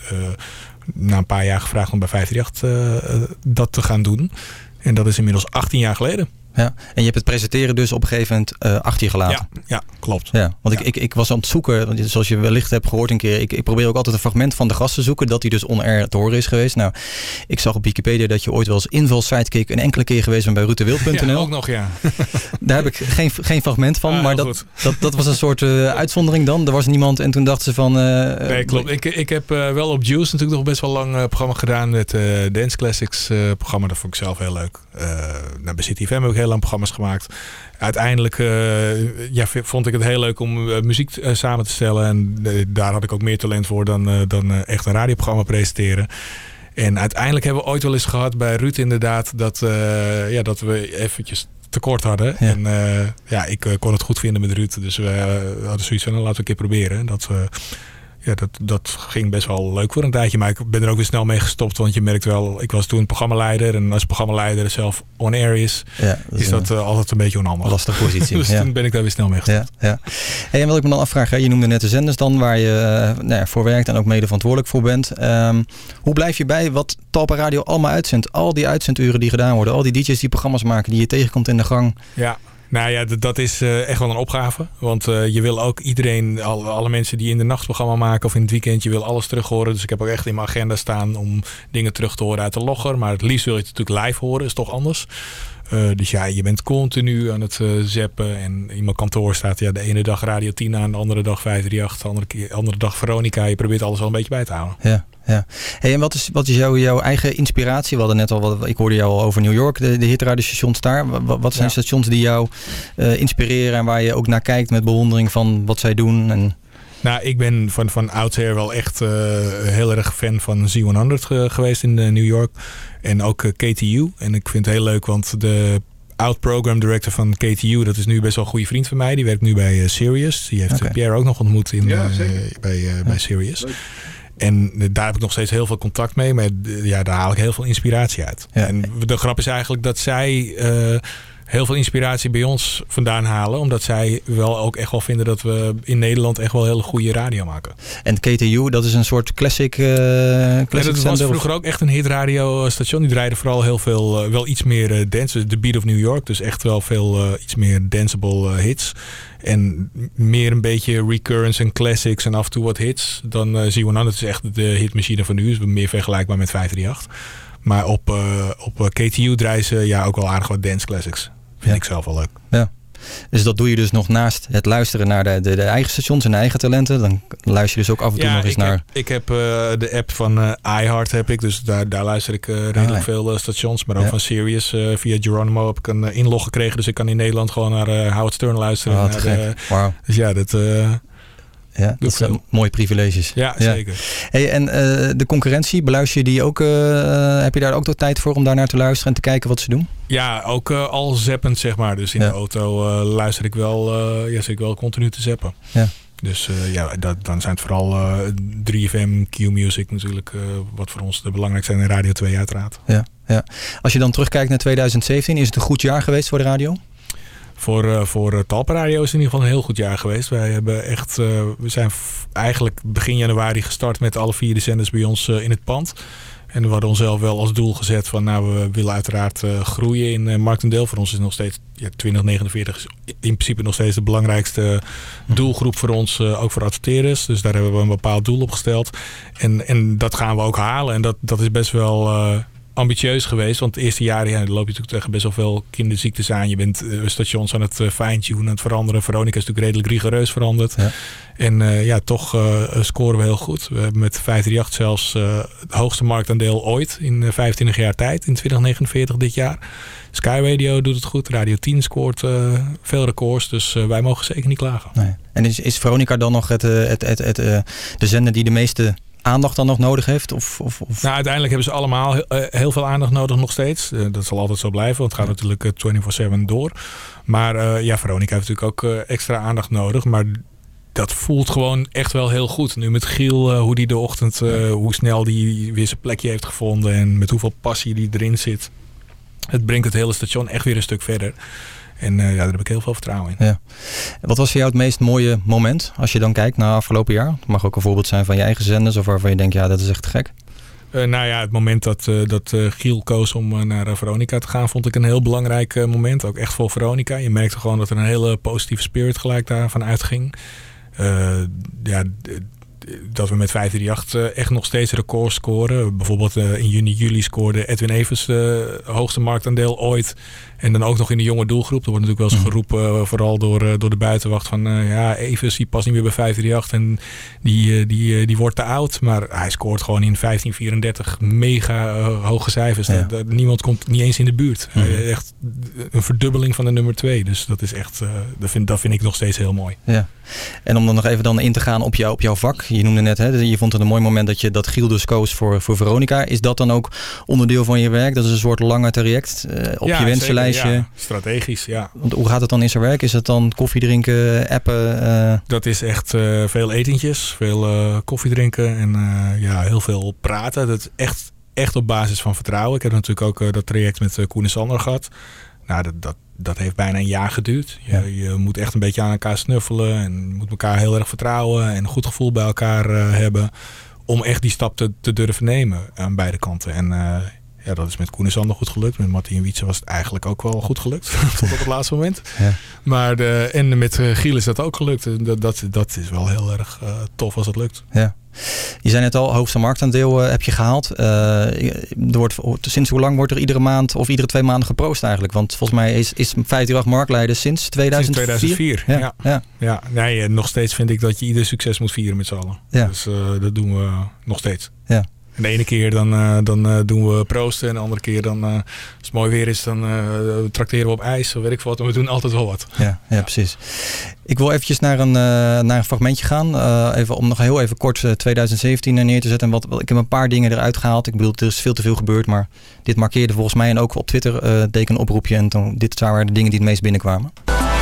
na een paar jaar gevraagd om bij 538 dat te gaan doen. En dat is inmiddels 18 jaar geleden. Ja. En je hebt het presenteren dus op een gegeven moment achter je gelaten. Ja, klopt. Ja, want ik was aan het zoeken, zoals je wellicht hebt gehoord een keer. Ik probeer ook altijd een fragment van de gast te zoeken, dat hij dus on-air te horen is geweest. Nou, ik zag op Wikipedia dat je ooit wel eens inval-sidekick een enkele keer geweest bent bij routewild.nl. Ja, ook nog, ja. Daar heb ik geen fragment van, maar dat was een soort uitzondering dan. Er was niemand en toen dachten ze van... nee, klopt. Ik heb wel op Juice natuurlijk nog best wel lang programma gedaan met Dance Classics programma. Dat vond ik zelf heel leuk. Bij City FM heb ik heel lang programma's gemaakt. Uiteindelijk vond ik het heel leuk om muziek samen te stellen. En daar had ik ook meer talent voor dan echt een radioprogramma presenteren. En uiteindelijk hebben we ooit wel eens gehad bij Ruud inderdaad dat we eventjes tekort hadden. Ja. En ik kon het goed vinden met Ruud. Dus we hadden zoiets van, laten we een keer proberen. Dat ging best wel leuk voor een tijdje. Maar ik ben er ook weer snel mee gestopt. Want je merkt wel, ik was toen programmaleider. En als programmaleider zelf on-air is dat altijd een beetje onhandig. Lastige positie. Dus toen ben ik daar weer snel mee gestopt. Ja. Hey, en wat ik me dan afvraag, je noemde net de zenders dan waar je voor werkt en ook mede verantwoordelijk voor bent. Hoe blijf je bij wat Talpa Radio allemaal uitzendt? Al die uitzenduren die gedaan worden. Al die DJ's die programma's maken die je tegenkomt in de gang. Ja. Nou ja, dat is echt wel een opgave. Want je wil ook iedereen, alle mensen die in de nachtprogramma maken of in het weekend, je wil alles terug horen. Dus ik heb ook echt in mijn agenda staan om dingen terug te horen uit de logger. Maar het liefst wil je het natuurlijk live horen, is toch anders. Dus je bent continu aan het zappen. En in mijn kantoor staat de ene dag Radio 10 aan, de andere dag 538, de andere dag Veronica. Je probeert alles wel een beetje bij te houden. Ja. Hey, en wat is jouw eigen inspiratie? We hadden net al, ik hoorde jou al over New York, de hitradiostations daar. Wat zijn stations die jou inspireren en waar je ook naar kijkt met bewondering van wat zij doen? En... Nou, ik ben van oudsher wel echt heel erg fan van Z100 geweest in New York. En ook KTU. En ik vind het heel leuk, want de oud-program director van KTU, dat is nu best wel een goede vriend van mij. Die werkt nu bij Sirius. Die heeft Pierre ook nog ontmoet bij Sirius. Leuk. En daar heb ik nog steeds heel veel contact mee. Maar daar haal ik heel veel inspiratie uit. Ja. En de grap is eigenlijk dat zij heel veel inspiratie bij ons vandaan halen. Omdat zij wel ook echt wel vinden dat we in Nederland echt wel hele goede radio maken. En KTU, dat is een soort classic dat was vroeger ook echt een hitradiostation. Die draaide vooral heel veel, wel iets meer dance. The Beat of New York. Dus echt wel veel iets meer danceable hits. En meer een beetje recurrence en classics en af en toe wat hits. Dan Z100 is echt de hitmachine van nu. Is meer vergelijkbaar met 538. Maar op KTU draaien ze ook wel aardig wat dance classics. Vind ik zelf wel leuk. Ja. Dus dat doe je dus nog naast het luisteren naar de eigen stations en de eigen talenten. Dan luister je dus ook af en toe nog eens naar... Ik heb de app van iHeart heb ik. Dus daar luister ik redelijk veel stations. Maar ook van Sirius. Via Geronimo heb ik een inlog gekregen. Dus ik kan in Nederland gewoon naar Howard Stern luisteren. Wow. Dus ja, dat... Ja, dat zijn mooie privileges. Ja, zeker. Hey, en de concurrentie, beluister je die ook? Heb je daar ook de tijd voor om daar naar te luisteren en te kijken wat ze doen? Ja, ook al zappend, zeg maar. Dus in de auto luister ik wel, zit ik wel continu te zappen. Ja. Dus dan zijn het vooral 3FM, Q-Music natuurlijk, wat voor ons de belangrijkste zijn in Radio 2 uiteraard. Ja. Als je dan terugkijkt naar 2017, is het een goed jaar geweest voor de radio? Voor Talpa Radio is het in ieder geval een heel goed jaar geweest. Wij hebben echt, we zijn eigenlijk begin januari gestart met alle 4 de zenders bij ons in het pand. En we hadden onszelf wel als doel gezet van we willen uiteraard groeien in marktendeel. Voor ons is nog steeds 2049 is in principe nog steeds de belangrijkste doelgroep voor ons, ook voor adverteerders. Dus daar hebben we een bepaald doel op gesteld. En dat gaan we ook halen. En dat is best wel... ambitieus geweest, want het eerste jaar dan loop je natuurlijk tegen best wel veel kinderziektes aan. Je bent stations aan het fine-tunen, aan het veranderen. Veronica is natuurlijk redelijk rigoureus veranderd. Ja. En toch scoren we heel goed. We hebben met 538 zelfs het hoogste marktaandeel ooit in 25 jaar tijd, in 2049 dit jaar. Sky Radio doet het goed. Radio 10 scoort veel records, dus wij mogen zeker niet klagen. Nee. En is Veronica dan nog de zender die de meeste aandacht dan nog nodig heeft? Of? Nou, uiteindelijk hebben ze allemaal heel veel aandacht nodig nog steeds. Dat zal altijd zo blijven, want het gaat natuurlijk 24/7 door. Maar Veronica heeft natuurlijk ook extra aandacht nodig. Maar dat voelt gewoon echt wel heel goed. Nu met Giel, hoe die de ochtend, hoe snel die weer zijn plekje heeft gevonden en met hoeveel passie die erin zit. Het brengt het hele station echt weer een stuk verder. En daar heb ik heel veel vertrouwen in. Ja. Wat was voor jou het meest mooie moment als je dan kijkt naar afgelopen jaar? Het mag ook een voorbeeld zijn van je eigen zenders of waarvan je denkt, dat is echt gek. Het moment dat Giel koos om naar Veronica te gaan, vond ik een heel belangrijk moment. Ook echt voor Veronica. Je merkte gewoon dat er een hele positieve spirit gelijk daarvan uitging. Dat we met 538 echt nog steeds records scoren. Bijvoorbeeld in juni, juli scoorde Edwin Evers hoogste marktaandeel ooit. En dan ook nog in de jonge doelgroep. Er wordt natuurlijk wel eens geroepen, vooral door de buitenwacht, van Evers die past niet meer bij 538 en die wordt te oud. Maar hij scoort gewoon in 1534 mega hoge cijfers. Ja. Niemand komt niet eens in de buurt. Echt een verdubbeling van de nummer 2. Dus dat is echt, dat vind ik nog steeds heel mooi. Ja. En om dan nog even in te gaan op jouw vak. Je noemde net, je vond het een mooi moment dat Giel dus koos voor Veronica. Is dat dan ook onderdeel van je werk? Dat is een soort langer traject op je wensenlijstje? Ja, strategisch, ja. Want hoe gaat het dan in zijn werk? Is het dan koffie drinken, appen? Dat is echt veel etentjes, veel koffie drinken en heel veel praten. Dat is echt op basis van vertrouwen. Ik heb natuurlijk ook dat traject met Koen en Sander gehad. Nou, dat heeft bijna een jaar geduurd. Je moet echt een beetje aan elkaar snuffelen en moet elkaar heel erg vertrouwen en een goed gevoel bij elkaar hebben om echt die stap te durven nemen aan beide kanten. En dat is met Koen en Sander goed gelukt. Met Martin en Wietse was het eigenlijk ook wel goed gelukt. Tot op het laatste moment. Ja. Maar en met Giel is dat ook gelukt. Dat is wel heel erg tof als het lukt. Ja. Je zei net al, hoogste marktaandeel heb je gehaald. Sinds hoe lang wordt er iedere maand of iedere 2 maanden geproost eigenlijk? Want volgens mij is 538 marktleider sinds 2004. Sinds 2004, ja. Nee, nog steeds vind ik dat je ieder succes moet vieren met z'n allen. Ja. Dus dat doen we nog steeds. Ja. En de ene keer dan doen we proosten. En de andere keer dan, als het mooi weer is, dan trakteren we op ijs. Of weet ik wat. En we doen altijd wel wat. Ja, precies. Ik wil eventjes naar een fragmentje gaan. Om nog heel even kort 2017 neer te zetten. Ik heb een paar dingen eruit gehaald. Ik bedoel, er is veel te veel gebeurd. Maar dit markeerde volgens mij. En ook op Twitter deed ik een oproepje. En dit waren de dingen die het meest binnenkwamen.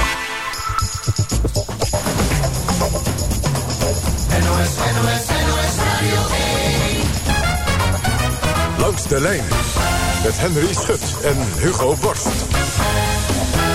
NOS Radio 1. Langs de lijn met Henry Schut en Hugo Borst.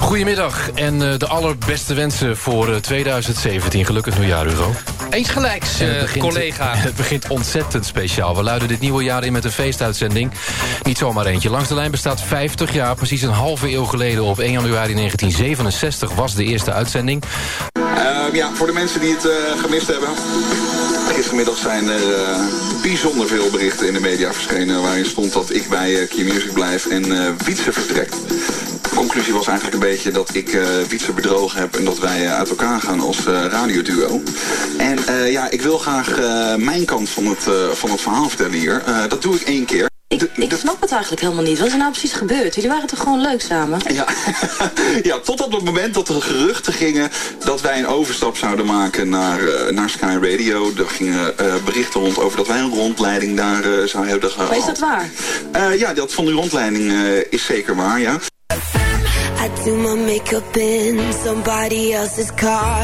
Goedemiddag en de allerbeste wensen voor 2017. Gelukkig nieuwjaar, Hugo. Eens gelijks, collega. Het begint ontzettend speciaal. We luiden dit nieuwe jaar in met een feestuitzending. Niet zomaar eentje. Langs de lijn bestaat 50 jaar. Precies een halve eeuw geleden op 1 januari 1967 was de eerste uitzending. Voor de mensen die het gemist hebben. Gistermiddag zijn er bijzonder veel berichten in de media verschenen waarin stond dat ik bij Q-Music blijf en Wietse vertrekt. De conclusie was eigenlijk een beetje dat ik Wietse bedrogen heb en dat wij uit elkaar gaan als radioduo. En ik wil graag mijn kant van het verhaal vertellen hier. Dat doe ik 1 keer. Ik snap het eigenlijk helemaal niet. Wat is er nou precies gebeurd? Jullie waren toch gewoon leuk samen? Ja, tot op het moment dat er geruchten gingen dat wij een overstap zouden maken naar Sky Radio. Er gingen berichten rond over dat wij een rondleiding daar zouden hebben gehad. Maar is dat waar? Dat van de rondleiding is zeker waar, ja. I do my makeup in somebody else's car.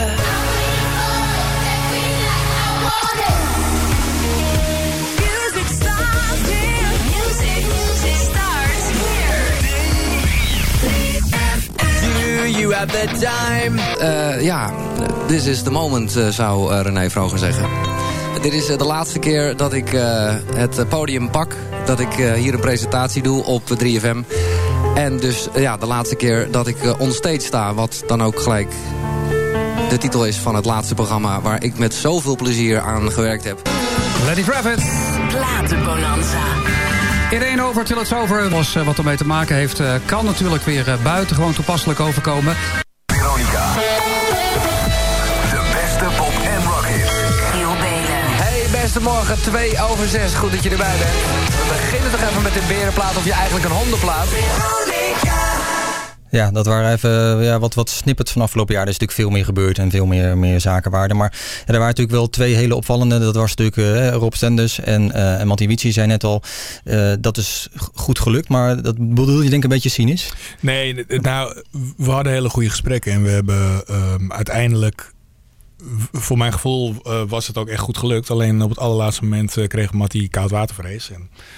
You have the time. This is the moment, zou René Vroger zeggen. Dit is de laatste keer dat ik het podium pak. Dat ik hier een presentatie doe op 3FM. En dus de laatste keer dat ik onstage sta. Wat dan ook gelijk de titel is van het laatste programma waar ik met zoveel plezier aan gewerkt heb. Lenny Kravitz. Platenbonanza. In 1 over till it's over. Was wat ermee te maken heeft, kan natuurlijk weer buitengewoon toepasselijk overkomen. Veronica. De beste pop en rock hits. Hey, beste morgen, 2 over 6. Goed dat je erbij bent. We beginnen toch even met de berenplaat of je eigenlijk een hondenplaat. Ja, dat waren even wat snippets van afgelopen jaar. Er is natuurlijk veel meer gebeurd en veel meer zakenwaarde. Maar er waren natuurlijk wel 2 hele opvallende. Dat was natuurlijk Rob Stenders en Matti Wietse zei net al. Dat is goed gelukt, maar dat bedoel je denk ik een beetje cynisch? Nee, nou, we hadden hele goede gesprekken. En we hebben uiteindelijk, voor mijn gevoel, was het ook echt goed gelukt. Alleen op het allerlaatste moment kreeg Matti koudwatervrees.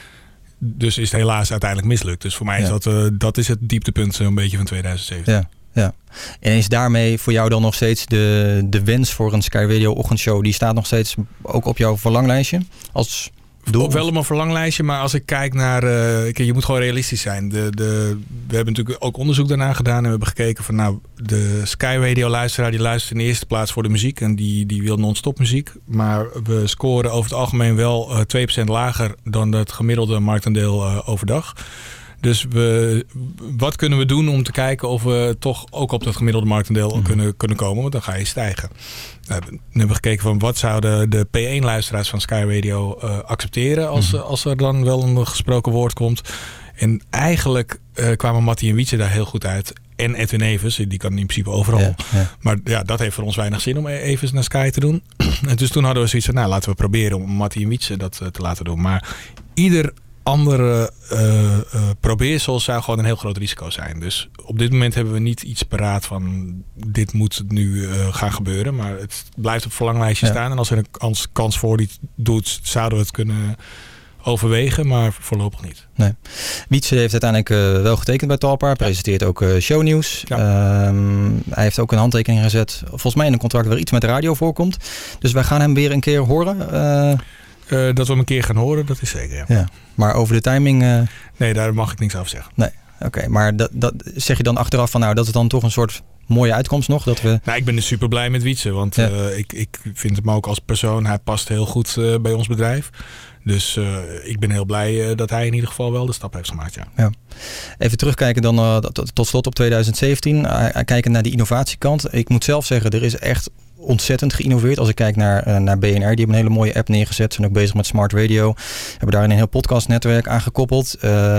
Dus is het helaas uiteindelijk mislukt. Dus voor mij is dat is het dieptepunt een beetje van 2017. Ja. En is daarmee voor jou dan nog steeds de wens voor een Sky Radio ochtendshow, die staat nog steeds ook op jouw verlanglijstje? Als doel? Wel op mijn verlanglijstje, maar als ik kijk naar... je moet gewoon realistisch zijn. We hebben natuurlijk ook onderzoek daarna gedaan en we hebben gekeken van de Sky Radio luisteraar die luistert in de eerste plaats voor de muziek en die wil non-stop muziek. Maar we scoren over het algemeen wel 2% lager dan het gemiddelde marktaandeel overdag. Dus wat kunnen we doen om te kijken of we toch ook op dat gemiddelde marktaandeel kunnen komen? Want dan ga je stijgen. Dan hebben we gekeken van wat zouden de P1-luisteraars van Sky Radio accepteren als er dan wel een gesproken woord komt. En eigenlijk kwamen Matti en Wietse daar heel goed uit. En Edwin Evers, die kan in principe overal. Ja. Maar dat heeft voor ons weinig zin om Evers naar Sky te doen. En dus toen hadden we zoiets van, laten we proberen om Matti en Wietse dat te laten doen. Maar ieder andere probeersel zou gewoon een heel groot risico zijn. Dus op dit moment hebben we niet iets paraat van dit moet nu gaan gebeuren. Maar het blijft op verlanglijstje staan. En als er een kans voor die doet, zouden we het kunnen overwegen. Maar voorlopig niet. Nee. Wietse heeft uiteindelijk wel getekend bij Talpa. Presenteert ook shownieuws. Ja. Hij heeft ook een handtekening gezet. Volgens mij in een contract waar iets met de radio voorkomt. Dus wij gaan hem weer een keer horen. Dat we hem een keer gaan horen, dat is zeker. Ja. Maar over de timing... Nee, daar mag ik niks over zeggen. Nee, oké. Maar dat zeg je dan achteraf van dat is dan toch een soort mooie uitkomst nog? Dat we... Ik ben dus super blij met Wietse. Want ik vind hem ook als persoon, hij past heel goed bij ons bedrijf. Dus ik ben heel blij dat hij in ieder geval wel de stap heeft gemaakt. Ja. Even terugkijken dan tot slot op 2017. Kijken naar die innovatiekant. Ik moet zelf zeggen, er is echt ontzettend geïnnoveerd. Als ik kijk naar BNR, die hebben een hele mooie app neergezet. Zijn ook bezig met Smart Radio. Hebben daar een heel podcastnetwerk aan gekoppeld.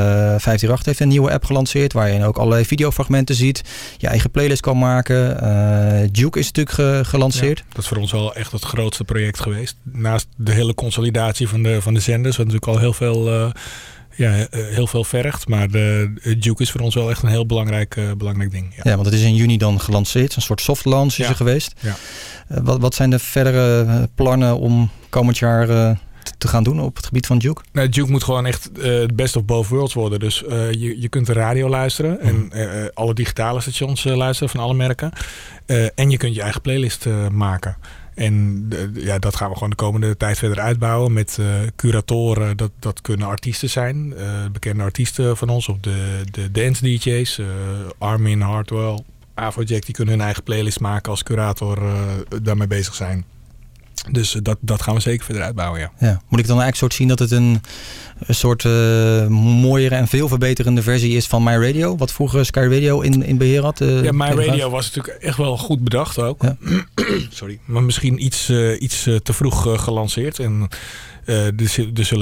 538 heeft een nieuwe app gelanceerd, waar je ook allerlei videofragmenten ziet. Je eigen playlist kan maken. Duke is natuurlijk gelanceerd. Ja, dat is voor ons wel echt het grootste project geweest. Naast de hele consolidatie van de zenders, wat natuurlijk al heel veel vergt. Maar Duke is voor ons wel echt een heel belangrijk ding. Ja, want het is in juni dan gelanceerd. Een soort soft launch is er geweest. Ja. Wat zijn de verdere plannen om komend jaar te gaan doen op het gebied van Juke? Nou, Juke moet gewoon echt het best of both worlds worden. Dus je kunt de radio luisteren en alle digitale stations luisteren van alle merken. En je kunt je eigen playlist maken. En dat gaan we gewoon de komende tijd verder uitbouwen met curatoren. Dat kunnen artiesten zijn. Bekende artiesten van ons. Of de dance DJ's. Armin, Hardwell, Afrojack. Die kunnen hun eigen playlist maken als curator daarmee bezig zijn. Dus dat gaan we zeker verder uitbouwen, ja. Moet ik dan eigenlijk soort zien dat het een soort mooiere en veel verbeterende versie is van My Radio? Wat vroeger Sky Radio in beheer had? My Radio was natuurlijk echt wel goed bedacht ook. Ja. Sorry. Maar misschien iets te vroeg gelanceerd. En er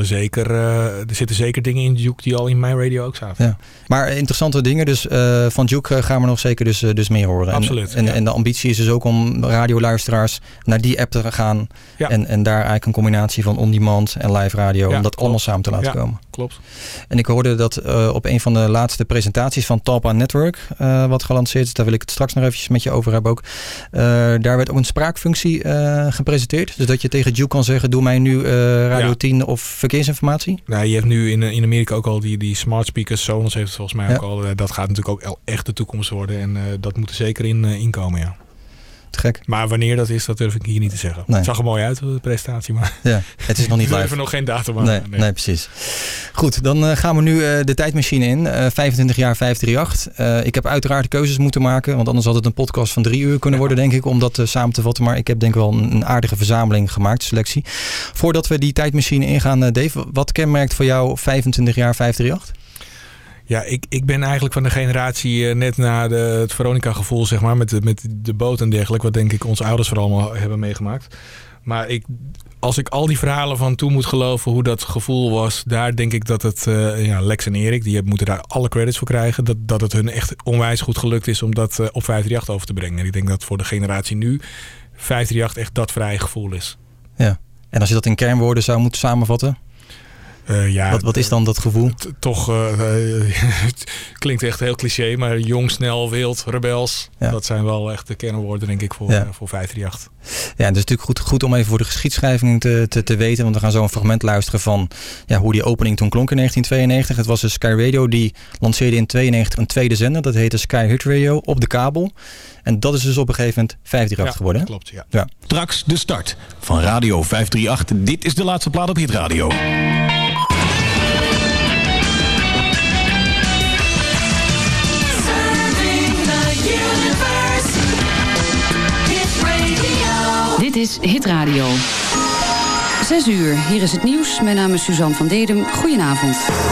zitten zeker dingen in Juke die al in My Radio ook zaten. Ja. Maar interessante dingen. Dus van Juke gaan we nog zeker dus meer horen. Absoluut. En de ambitie is dus ook om radioluisteraars naar die app te gaan. Ja. En daar eigenlijk een combinatie van on-demand en live radio. Om dat allemaal samen te laten komen. Klopt. En ik hoorde dat op een van de laatste presentaties van Talpa Network wat gelanceerd is. Daar wil ik het straks nog eventjes met je over hebben ook. Daar werd ook een spraakfunctie gepresenteerd. Dus dat je tegen Juke kan zeggen, doe mij nu Radio 10 of verkeersinformatie? Nou, je hebt nu in Amerika ook al die smart speakers. Sonos heeft het volgens mij ook al. Dat gaat natuurlijk ook echt de toekomst worden. En dat moet er zeker inkomen, ja. Te gek. Maar wanneer dat is, dat durf ik hier niet te zeggen. Nee. Het zag er mooi uit, de presentatie. Maar het is nog niet live. We hebben nog geen datum aan. Nee, precies. Goed, dan gaan we nu de tijdmachine in. 25 jaar 538. Ik heb uiteraard keuzes moeten maken. Want anders had het een podcast van 3 uur kunnen worden, denk ik. Om dat samen te vatten. Maar ik heb denk ik wel een aardige verzameling gemaakt, selectie. Voordat we die tijdmachine ingaan, Dave. Wat kenmerkt voor jou 25 jaar 538? Ja, ik ben eigenlijk van de generatie net na het Veronica-gevoel, zeg maar, met de boot en dergelijke, wat denk ik onze ouders vooral allemaal hebben meegemaakt. Maar als ik al die verhalen van toen moet geloven, hoe dat gevoel was, daar denk ik dat het Lex en Erik, die moeten daar alle credits voor krijgen, dat het hun echt onwijs goed gelukt is om dat op 538 over te brengen. En ik denk dat voor de generatie nu 538 echt dat vrije gevoel is. Ja, en als je dat in kernwoorden zou moeten samenvatten? Wat is dan dat gevoel? Het klinkt echt heel cliché, maar jong, snel, wild, rebels. Ja. Dat zijn wel echt de kernwoorden, denk ik, voor 538. Ja, en het is natuurlijk goed om even voor de geschiedschrijving te weten. Want we gaan zo een fragment luisteren van hoe die opening toen klonk in 1992. Het was de Sky Radio, die lanceerde in 1992 een tweede zender. Dat heette Sky Hit Radio op de kabel. En dat is dus op een gegeven moment 538 geworden. Dat klopt, ja. Straks de start van Radio 538. Dit is de laatste plaat op Hit Radio. Dit is Hit Radio. 6 uur, hier is het nieuws. Mijn naam is Suzanne van Dedem. Goedenavond.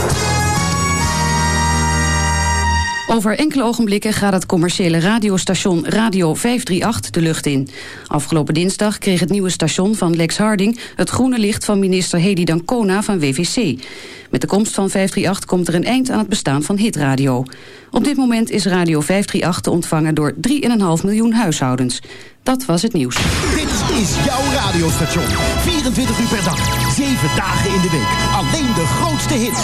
Over enkele ogenblikken gaat het commerciële radiostation Radio 538 de lucht in. Afgelopen dinsdag kreeg het nieuwe station van Lex Harding het groene licht van minister Hedy Dancona van WVC. Met de komst van 538 komt er een eind aan het bestaan van hitradio. Op dit moment is Radio 538 te ontvangen door 3,5 miljoen huishoudens. Dat was het nieuws. Dit is jouw radiostation. 24 uur per dag, 7 dagen in de week. Alleen de grootste hits.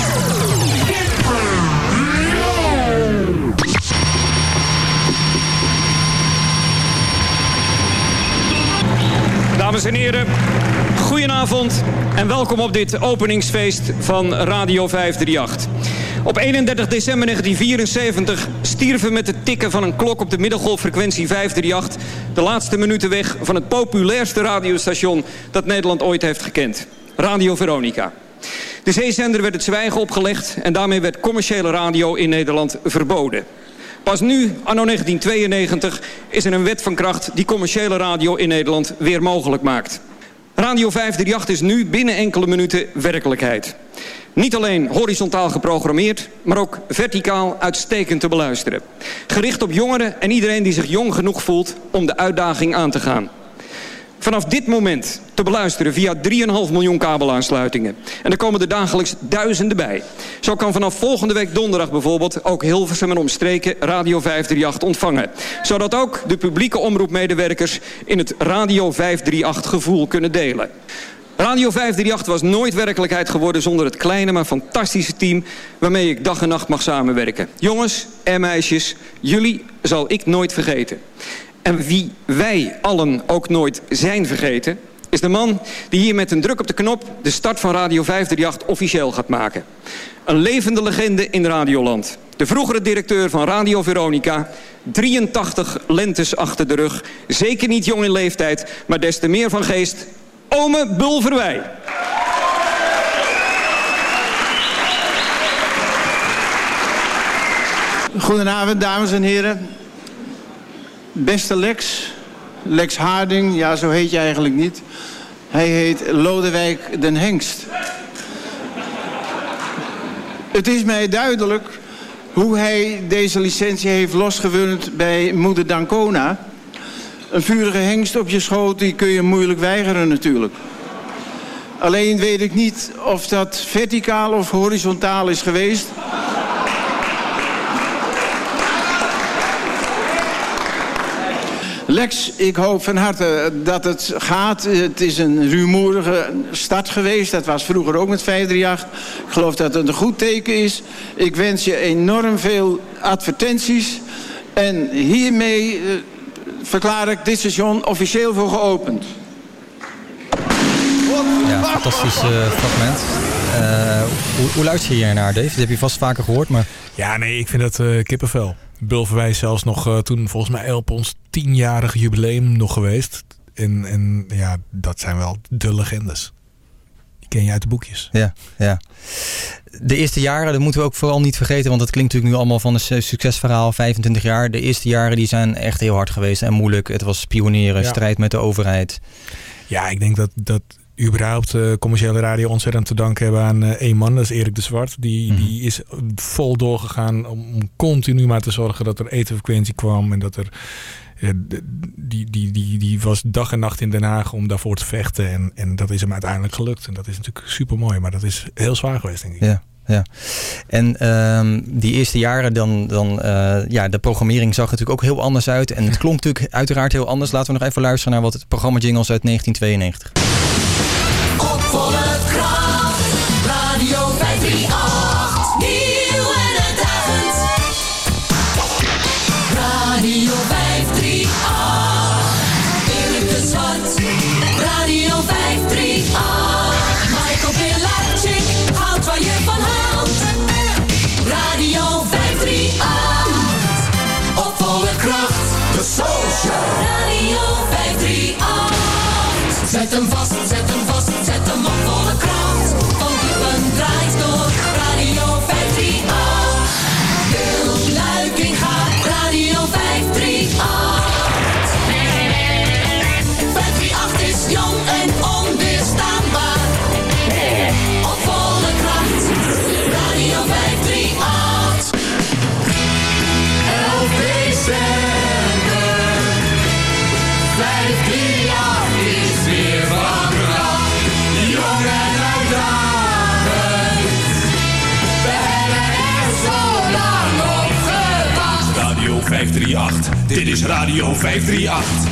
Dames en heren, goedenavond en welkom op dit openingsfeest van Radio 538. Op 31 december 1974 stierven met het tikken van een klok op de middengolffrequentie 538... de laatste minuten weg van het populairste radiostation dat Nederland ooit heeft gekend. Radio Veronica. De zeezender werd het zwijgen opgelegd en daarmee werd commerciële radio in Nederland verboden. Pas nu, anno 1992, is er een wet van kracht die commerciële radio in Nederland weer mogelijk maakt. Radio 538 is nu binnen enkele minuten werkelijkheid. Niet alleen horizontaal geprogrammeerd, maar ook verticaal uitstekend te beluisteren. Gericht op jongeren en iedereen die zich jong genoeg voelt om de uitdaging aan te gaan. Vanaf dit moment te beluisteren via 3,5 miljoen kabelaansluitingen. En er komen er dagelijks duizenden bij. Zo kan vanaf volgende week donderdag bijvoorbeeld ook Hilversum en omstreken Radio 538 ontvangen. Zodat ook de publieke omroepmedewerkers in het Radio 538 gevoel kunnen delen. Radio 538 was nooit werkelijkheid geworden zonder het kleine maar fantastische team waarmee ik dag en nacht mag samenwerken. Jongens en meisjes, jullie zal ik nooit vergeten. En wie wij allen ook nooit zijn vergeten, is de man die hier met een druk op de knop de start van Radio 538 officieel gaat maken. Een levende legende in Radioland. De vroegere directeur van Radio Veronica. 83 lentes achter de rug. Zeker niet jong in leeftijd, maar des te meer van geest. Ome Bul Verwij. Goedenavond, dames en heren. Beste Lex Harding, ja, zo heet je eigenlijk niet. Hij heet Lodewijk den Hengst. Het is mij duidelijk hoe hij deze licentie heeft losgewund bij moeder Dancona. Een vurige hengst op je schoot, die kun je moeilijk weigeren natuurlijk. Alleen weet ik niet of dat verticaal of horizontaal is geweest. Lex, ik hoop van harte dat het gaat. Het is een rumoerige start geweest. Dat was vroeger ook met 538. Ik geloof dat het een goed teken is. Ik wens je enorm veel advertenties. En hiermee verklaar ik dit station officieel voor geopend. Ja, fantastisch fragment. Hoe luister je hier naar, Dave? Dat heb je vast vaker gehoord, maar... Ja, nee, ik vind dat kippenvel. Bul Verwij zelfs nog toen volgens mij op ons 10-jarige jubileum nog geweest. En ja, dat zijn wel de legendes. Die ken je uit de boekjes. Ja. De eerste jaren, dat moeten we ook vooral niet vergeten. Want dat klinkt natuurlijk nu allemaal van een succesverhaal. 25 jaar. De eerste jaren die zijn echt heel hard geweest en moeilijk. Het was pionieren, strijd met de overheid. Ja, ik denk dat überhaupt commerciële radio ontzettend te danken hebben aan één man. Dat is Erik de Zwart. Die is vol doorgegaan om continu maar te zorgen dat er etenfrequentie kwam. En dat er... Die was dag en nacht in Den Haag om daarvoor te vechten. En dat is hem uiteindelijk gelukt. En dat is natuurlijk super mooi. Maar dat is heel zwaar geweest, denk ik. Ja. En die eerste jaren de programmering zag natuurlijk ook heel anders uit. En het klonk natuurlijk uiteraard heel anders. Laten we nog even luisteren naar wat het programma jingles uit 1992. Op volle kracht, Radio 538, nieuw en uitdagend. Radio 538, Erik de Zwart, Radio 538. Michael Pilacic, houd waar je van houdt. Radio 538, op volle kracht, de Soul Show. Radio 538, zet hem vast, zet hem vast, zet hem op volle kracht. Van Diepen draait door, Radio 538. Wil Luikinga, Radio 538. 538 is jong en onweerstaanbaar. Op volle kracht, Radio 538. 11 december, 538 is weer van kracht. Jong en uitdagend, we hebben er zo lang op gewacht. Radio 538, dit is Radio 538.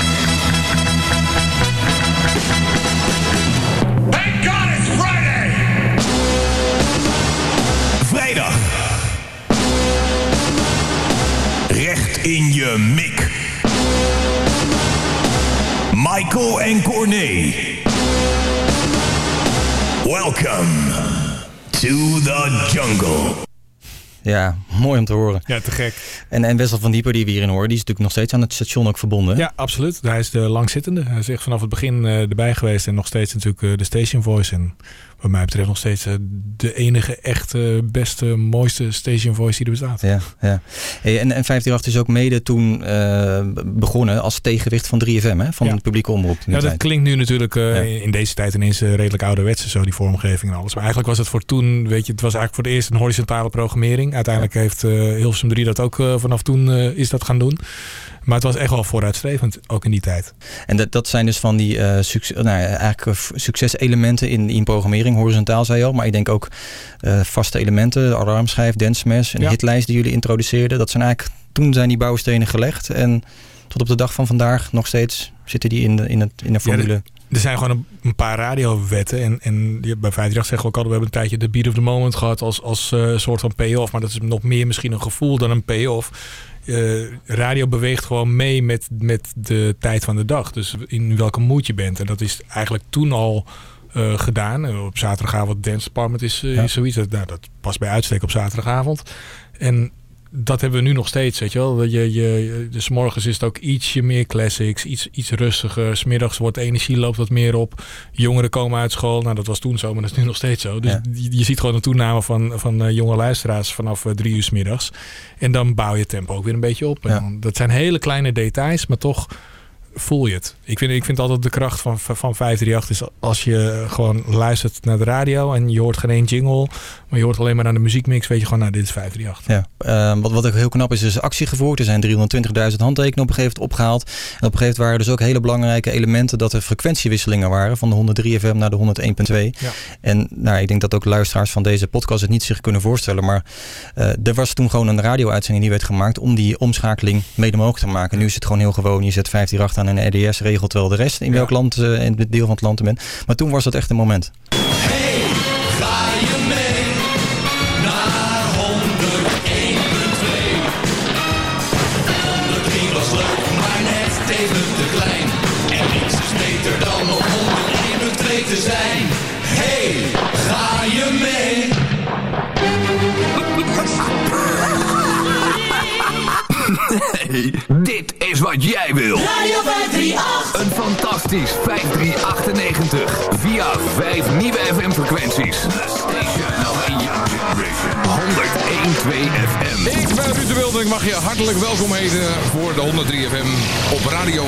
Thank God it's Friday! Vrijdag. Recht in je mik. Michael en Corné. Welcome to the jungle. Ja, mooi om te horen. Ja, te gek. En Wessel van Dieper, die we hierin horen, die is natuurlijk nog steeds aan het station ook verbonden. Ja, absoluut. Hij is de langzittende. Hij is echt vanaf het begin erbij geweest en nog steeds natuurlijk de station voice. En wat mij betreft nog steeds de enige echte, beste, mooiste station voice die er bestaat. Ja. Hey, en 538 is ook mede toen begonnen als tegenwicht van 3FM, hè? Van het publieke omroep. Ja, dat klinkt nu natuurlijk in deze tijd ineens redelijk ouderwetse, zo die vormgeving en alles. Maar eigenlijk was het voor toen, weet je, het was eigenlijk voor het eerst een horizontale programmering. Uiteindelijk heeft Hilversum 3 dat ook vanaf toen is dat gaan doen. Maar het was echt wel vooruitstrevend, ook in die tijd. En dat zijn dus van die succeselementen in programmering, horizontaal zei je al. Maar ik denk ook vaste elementen, de alarmschijf, Dance Smash, een hitlijst die jullie introduceerden. Dat zijn eigenlijk, toen zijn die bouwstenen gelegd. En tot op de dag van vandaag nog steeds zitten die in de formule. er zijn gewoon een paar radiowetten. En bij 538 zeggen we ook altijd, we hebben een tijdje de beat of the moment gehad als soort van payoff. Maar dat is nog meer misschien een gevoel dan een payoff. Radio beweegt gewoon mee met de tijd van de dag. Dus in welke mood je bent. En dat is eigenlijk toen al gedaan. Op zaterdagavond Dance Department is zoiets. Dat past bij uitstek op zaterdagavond. En dat hebben we nu nog steeds, weet je wel. Dus morgens is het ook ietsje meer classics, iets rustiger. 's Middags wordt de energie, loopt wat meer op. Jongeren komen uit school. Nou, dat was toen zo, maar dat is nu nog steeds zo. Dus je ziet gewoon een toename van jonge luisteraars vanaf 3 uur 's middags. En dan bouw je het tempo ook weer een beetje op. En dat zijn hele kleine details, maar toch voel je het. Ik vind altijd de kracht van 538 is als je gewoon luistert naar de radio en je hoort geen één jingle, maar je hoort alleen maar aan de muziekmix, weet je gewoon, nou, dit is 538. Ja. Wat ook heel knap is actie gevoerd. Er zijn 320.000 handtekeningen op een gegeven moment opgehaald. En op een gegeven moment waren dus ook hele belangrijke elementen dat er frequentiewisselingen waren van de 103 FM naar de 101.2. Ja. En nou, ik denk dat ook luisteraars van deze podcast het niet zich kunnen voorstellen, maar er was toen gewoon een radio-uitzending die werd gemaakt om die omschakeling mede mogelijk te maken. Nu is het gewoon heel gewoon. Je zet 538 aan en de RDS regelt wel de rest in welk land en het deel van het land je bent. Maar toen was dat echt een moment. Hey, ga je mee naar 101.2? 103 was leuk, maar net even te klein. En niks is beter dan op 101.2 te zijn. Hey, ga je mee? Nee, dit is wat jij wil. Radio 538. Een fantastisch 5398 via 5 nieuwe FM-frequenties. The station of a young generation. 101.2 FM. Ik ben Ruud de Wilde. Ik mag je hartelijk welkom heten voor de 103 FM op Radio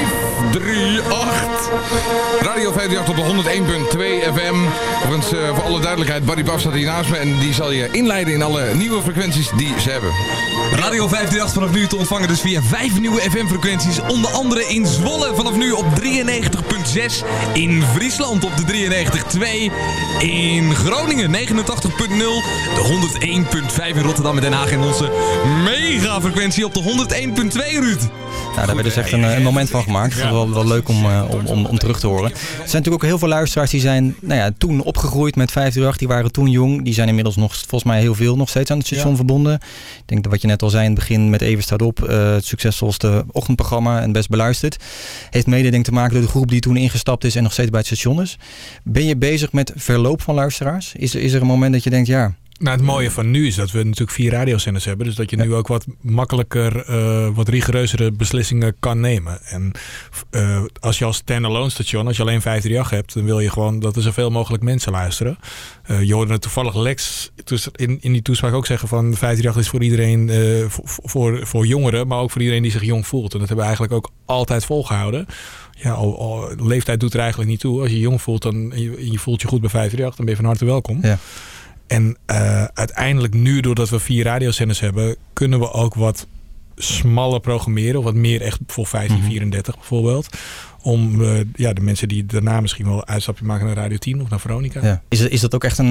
538. Radio 538 op de 101.2 FM. Overigens, voor alle duidelijkheid, Barry Baf staat hier naast me en die zal je inleiden in alle nieuwe frequenties die ze hebben. Radio 538 vanaf nu te ontvangen dus via 5 nieuwe FM-frequenties. Onder andere in Zwolle vanaf nu op 93.6. In Friesland op de 93.2. In Groningen 89.0. De 101.5 in Rotterdam en Den Haag. En onze mega-frequentie op de 101.2, Ruud. Nou, daar werd dus echt een moment van gemaakt. Ja. Wel leuk om terug te horen. Er zijn natuurlijk ook heel veel luisteraars die zijn toen opgegroeid met 538. Die waren toen jong. Die zijn inmiddels nog, volgens mij heel veel nog steeds aan het station verbonden. Ik denk dat wat je net al zei in het begin met Even staat op. Het succesvolste ochtendprogramma en best beluisterd. Heeft mede denk te maken door de groep die toen ingestapt is en nog steeds bij het station is. Ben je bezig met verloop van luisteraars? Is er een moment dat je denkt, ja... Nou, het mooie van nu is dat we natuurlijk 4 radiozenders hebben. Dus dat je nu ook wat makkelijker, wat rigoureuzere beslissingen kan nemen. En als je als stand-alone station, als je alleen 538 hebt, dan wil je gewoon dat er zoveel mogelijk mensen luisteren. Je hoorde het toevallig Lex in die toespraak ook zeggen van 538 is voor iedereen, voor jongeren, maar ook voor iedereen die zich jong voelt. En dat hebben we eigenlijk ook altijd volgehouden. Ja, leeftijd doet er eigenlijk niet toe. Als je jong voelt en je voelt je goed bij 538, dan ben je van harte welkom. Ja. En uiteindelijk nu, doordat we 4 radiozenders hebben, kunnen we ook wat smaller programmeren. Of wat meer echt voor 1534 bijvoorbeeld. Om de mensen die daarna misschien wel een uitstapje maken naar Radio 10 of naar Veronica. Ja. Is dat ook echt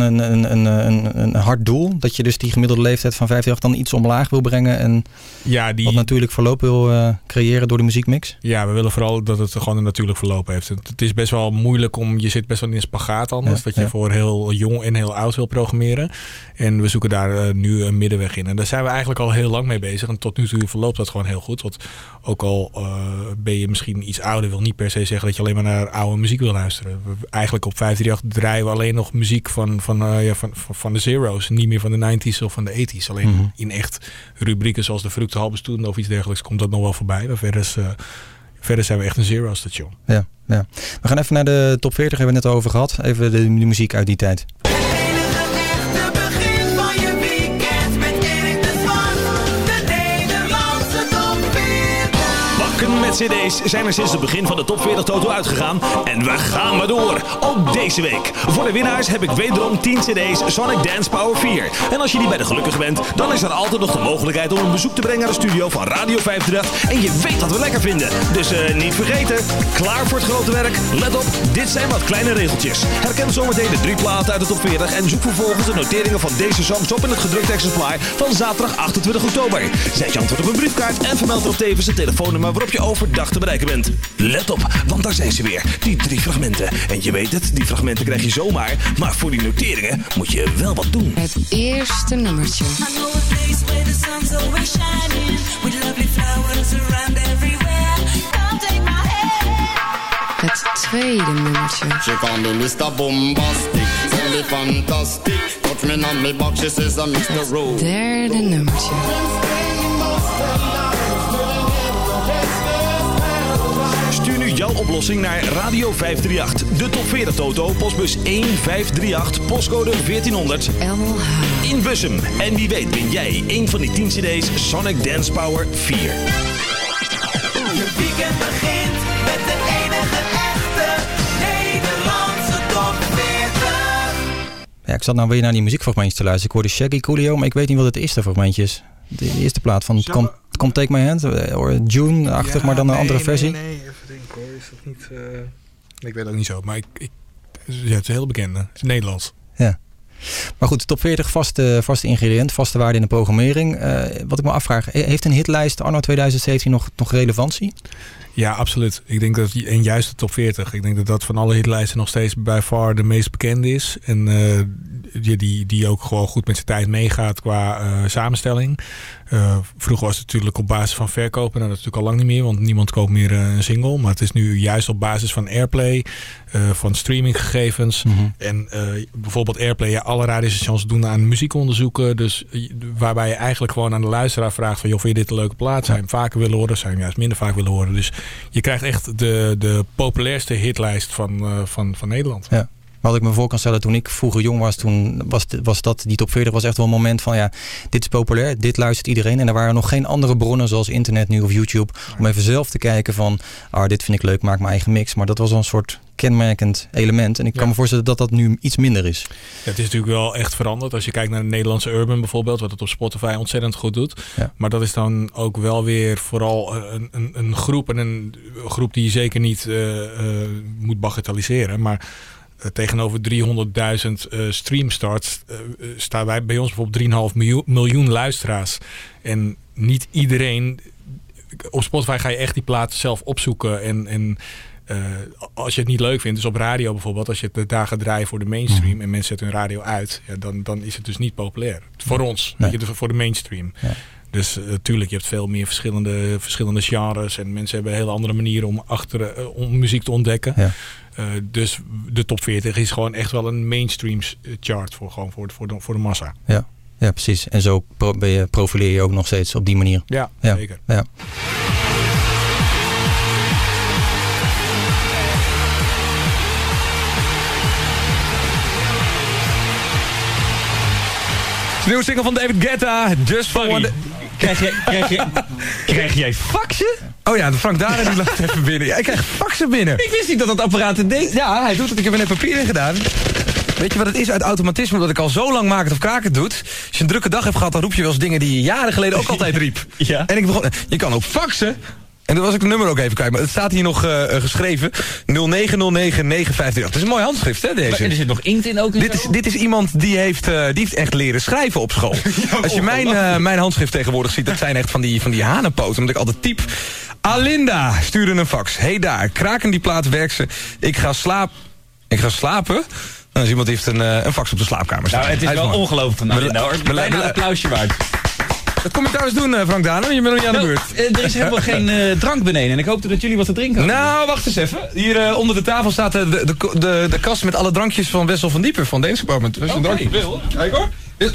een hard doel? Dat je dus die gemiddelde leeftijd van 538 dan iets omlaag wil brengen en wat natuurlijk verloop wil creëren door de muziekmix? Ja, we willen vooral dat het gewoon een natuurlijk verloop heeft. Het is best wel moeilijk je zit best wel in een spagaat anders. Dat je voor heel jong en heel oud wil programmeren. En we zoeken daar nu een middenweg in. En daar zijn we eigenlijk al heel lang mee bezig. En tot nu toe verloopt dat gewoon heel goed. Want ook al ben je misschien iets ouder, wil niet per se zeggen dat je alleen maar naar oude muziek wil luisteren. Eigenlijk op 538 draaien we alleen nog muziek van de zero's. Niet meer van de 90s of van de 80s. Alleen in echt rubrieken zoals de Vruchten Halbestoen of iets dergelijks komt dat nog wel voorbij. Maar verder zijn we echt een zero station. Ja. We gaan even naar de top 40, hebben we het net over gehad. Even de muziek uit die tijd. Met cd's zijn er sinds het begin van de Top 40 Toto uitgegaan. En we gaan maar door. Ook deze week. Voor de winnaars heb ik wederom 10 cd's Sonic Dance Power 4. En als je niet bij de gelukkige bent, dan is er altijd nog de mogelijkheid om een bezoek te brengen naar de studio van Radio 538. En je weet wat we lekker vinden. Dus niet vergeten. Klaar voor het grote werk? Let op, dit zijn wat kleine regeltjes. Herken zometeen de 3 platen uit de Top 40 en zoek vervolgens de noteringen van deze songs op in het gedrukte exemplaar van zaterdag 28 oktober. Zet je antwoord op een briefkaart en vermeld er op tevens het telefoonnummer waarop je over overdag te bereiken bent. Let op, want daar zijn ze weer, die 3 fragmenten. En je weet het, die fragmenten krijg je zomaar. Maar voor die noteringen moet je wel wat doen. Het eerste nummertje. Het tweede nummertje. She call me Mr. Bombastic, tell me fantastic. Touch me on me back, she says I'm Mr. Rowe. Het derde nummertje. Stuur nu jouw oplossing naar Radio 538. De Top 40 Toto, postbus 1538, postcode 1400. LH. In Bussum. En wie weet win jij een van die 10 cd's Sonic Dance Power 4. Je weekend begint met de enige echte Nederlandse top 40. Ja, ik zat nou weer naar die muziekfragmentjes te luisteren. Ik hoorde Shaggy, Coolio, maar ik weet niet wat het eerste fragmentje is. De eerste plaat van Come Take My Hand, June-achtig, maar dan een andere versie. Nee, even denken hoor. Is dat niet... Ik weet het ook niet zo, maar het is heel bekend. Het is Nederlands. Ja. Maar goed, de top 40, vaste ingrediënt, vaste waarde in de programmering. Wat ik me afvraag, heeft een hitlijst anno 2017 nog relevantie? Ja, absoluut. Ik denk dat, en juist de top 40. Ik denk dat van alle hitlijsten nog steeds by far de meest bekende is. En die ook gewoon goed met zijn tijd meegaat qua samenstelling. Vroeger was het natuurlijk op basis van verkopen. Nou, dat is natuurlijk al lang niet meer, want niemand koopt meer een single. Maar het is nu juist op basis van Airplay, van streaminggegevens. Mm-hmm. En bijvoorbeeld Airplay, alle radiostations doen aan muziekonderzoeken. Dus waarbij je eigenlijk gewoon aan de luisteraar vraagt van, joh, vind je dit een leuke plaat? Zou je hem vaker willen horen? Zou je hem juist minder vaak willen horen? Dus je krijgt echt de populairste hitlijst van Nederland. Ja. Wat ik me voor kan stellen toen ik vroeger jong was, toen was dat, die top 40 was echt wel een moment van, ja, dit is populair, dit luistert iedereen. En er waren nog geen andere bronnen zoals internet nu of YouTube om even zelf te kijken van, dit vind ik leuk, maak mijn eigen mix. Maar dat was wel een soort kenmerkend element. En ik kan me voorstellen dat dat nu iets minder is. Ja, het is natuurlijk wel echt veranderd. Als je kijkt naar de Nederlandse Urban bijvoorbeeld, wat het op Spotify ontzettend goed doet. Ja. Maar dat is dan ook wel weer vooral een groep. En een groep die je zeker niet moet bagatelliseren. Maar tegenover 300.000 streamstarts staan wij bij ons bijvoorbeeld 3,5 miljoen luisteraars. En niet iedereen... Op Spotify ga je echt die platen zelf opzoeken. En als je het niet leuk vindt, dus op radio bijvoorbeeld, als je het daar gaat draaien voor de mainstream en mensen zetten hun radio uit, ja, dan is het dus niet populair. Voor ons, weet je, voor de mainstream. Ja. Dus natuurlijk, je hebt veel meer verschillende genres en mensen hebben hele andere manieren om muziek te ontdekken. Ja. Dus de top 40 is gewoon echt wel een mainstream chart voor de massa. Ja. Ja, precies. En zo profileer je ook nog steeds op die manier. Ja. Zeker. Ja. De nieuwe single van David Guetta, Just for One. Krijg jij faxen? Oh ja, Frank Daren die laat even binnen. Ja, ik krijg faxen binnen. Ik wist niet dat dat apparaat het deed. Ja, hij doet het. Ik heb er net papier in gedaan. Weet je wat het is uit automatisme? Dat ik al zo lang maak het of kraak het doet. Als je een drukke dag hebt gehad, dan roep je wel eens dingen die je jaren geleden ook altijd riep. Ja. En ik begon, je kan ook faxen. En toen was ik het nummer ook even kwijt. Maar het staat hier nog geschreven. 0909-9538. Het is een mooi handschrift, hè, deze? En er zit nog inkt in ook. Dit is iemand die heeft echt leren schrijven op school. Als je mijn handschrift tegenwoordig ziet, dat zijn echt van die hanenpoten. Omdat ik altijd typ. Alinda stuurde een fax. Hey daar, kraken die plaat werkt ze. Ik ga slapen. Nou, dus iemand heeft een fax op de slaapkamer staan. Nou, het is wel ongelooflijk van Alinda, hoor. Bijna een applausje waard. Dat kom je trouwens doen, Frank Dalen. Je bent nog niet aan de beurt. Er is helemaal geen drank beneden. En ik hoopte dat jullie wat te drinken hadden. Nou, wacht eens even. Hier onder de tafel staat de kast met alle drankjes van Wessel van Diepen van Dance Department. Als je een drankje wil. Kijk hoor. Dus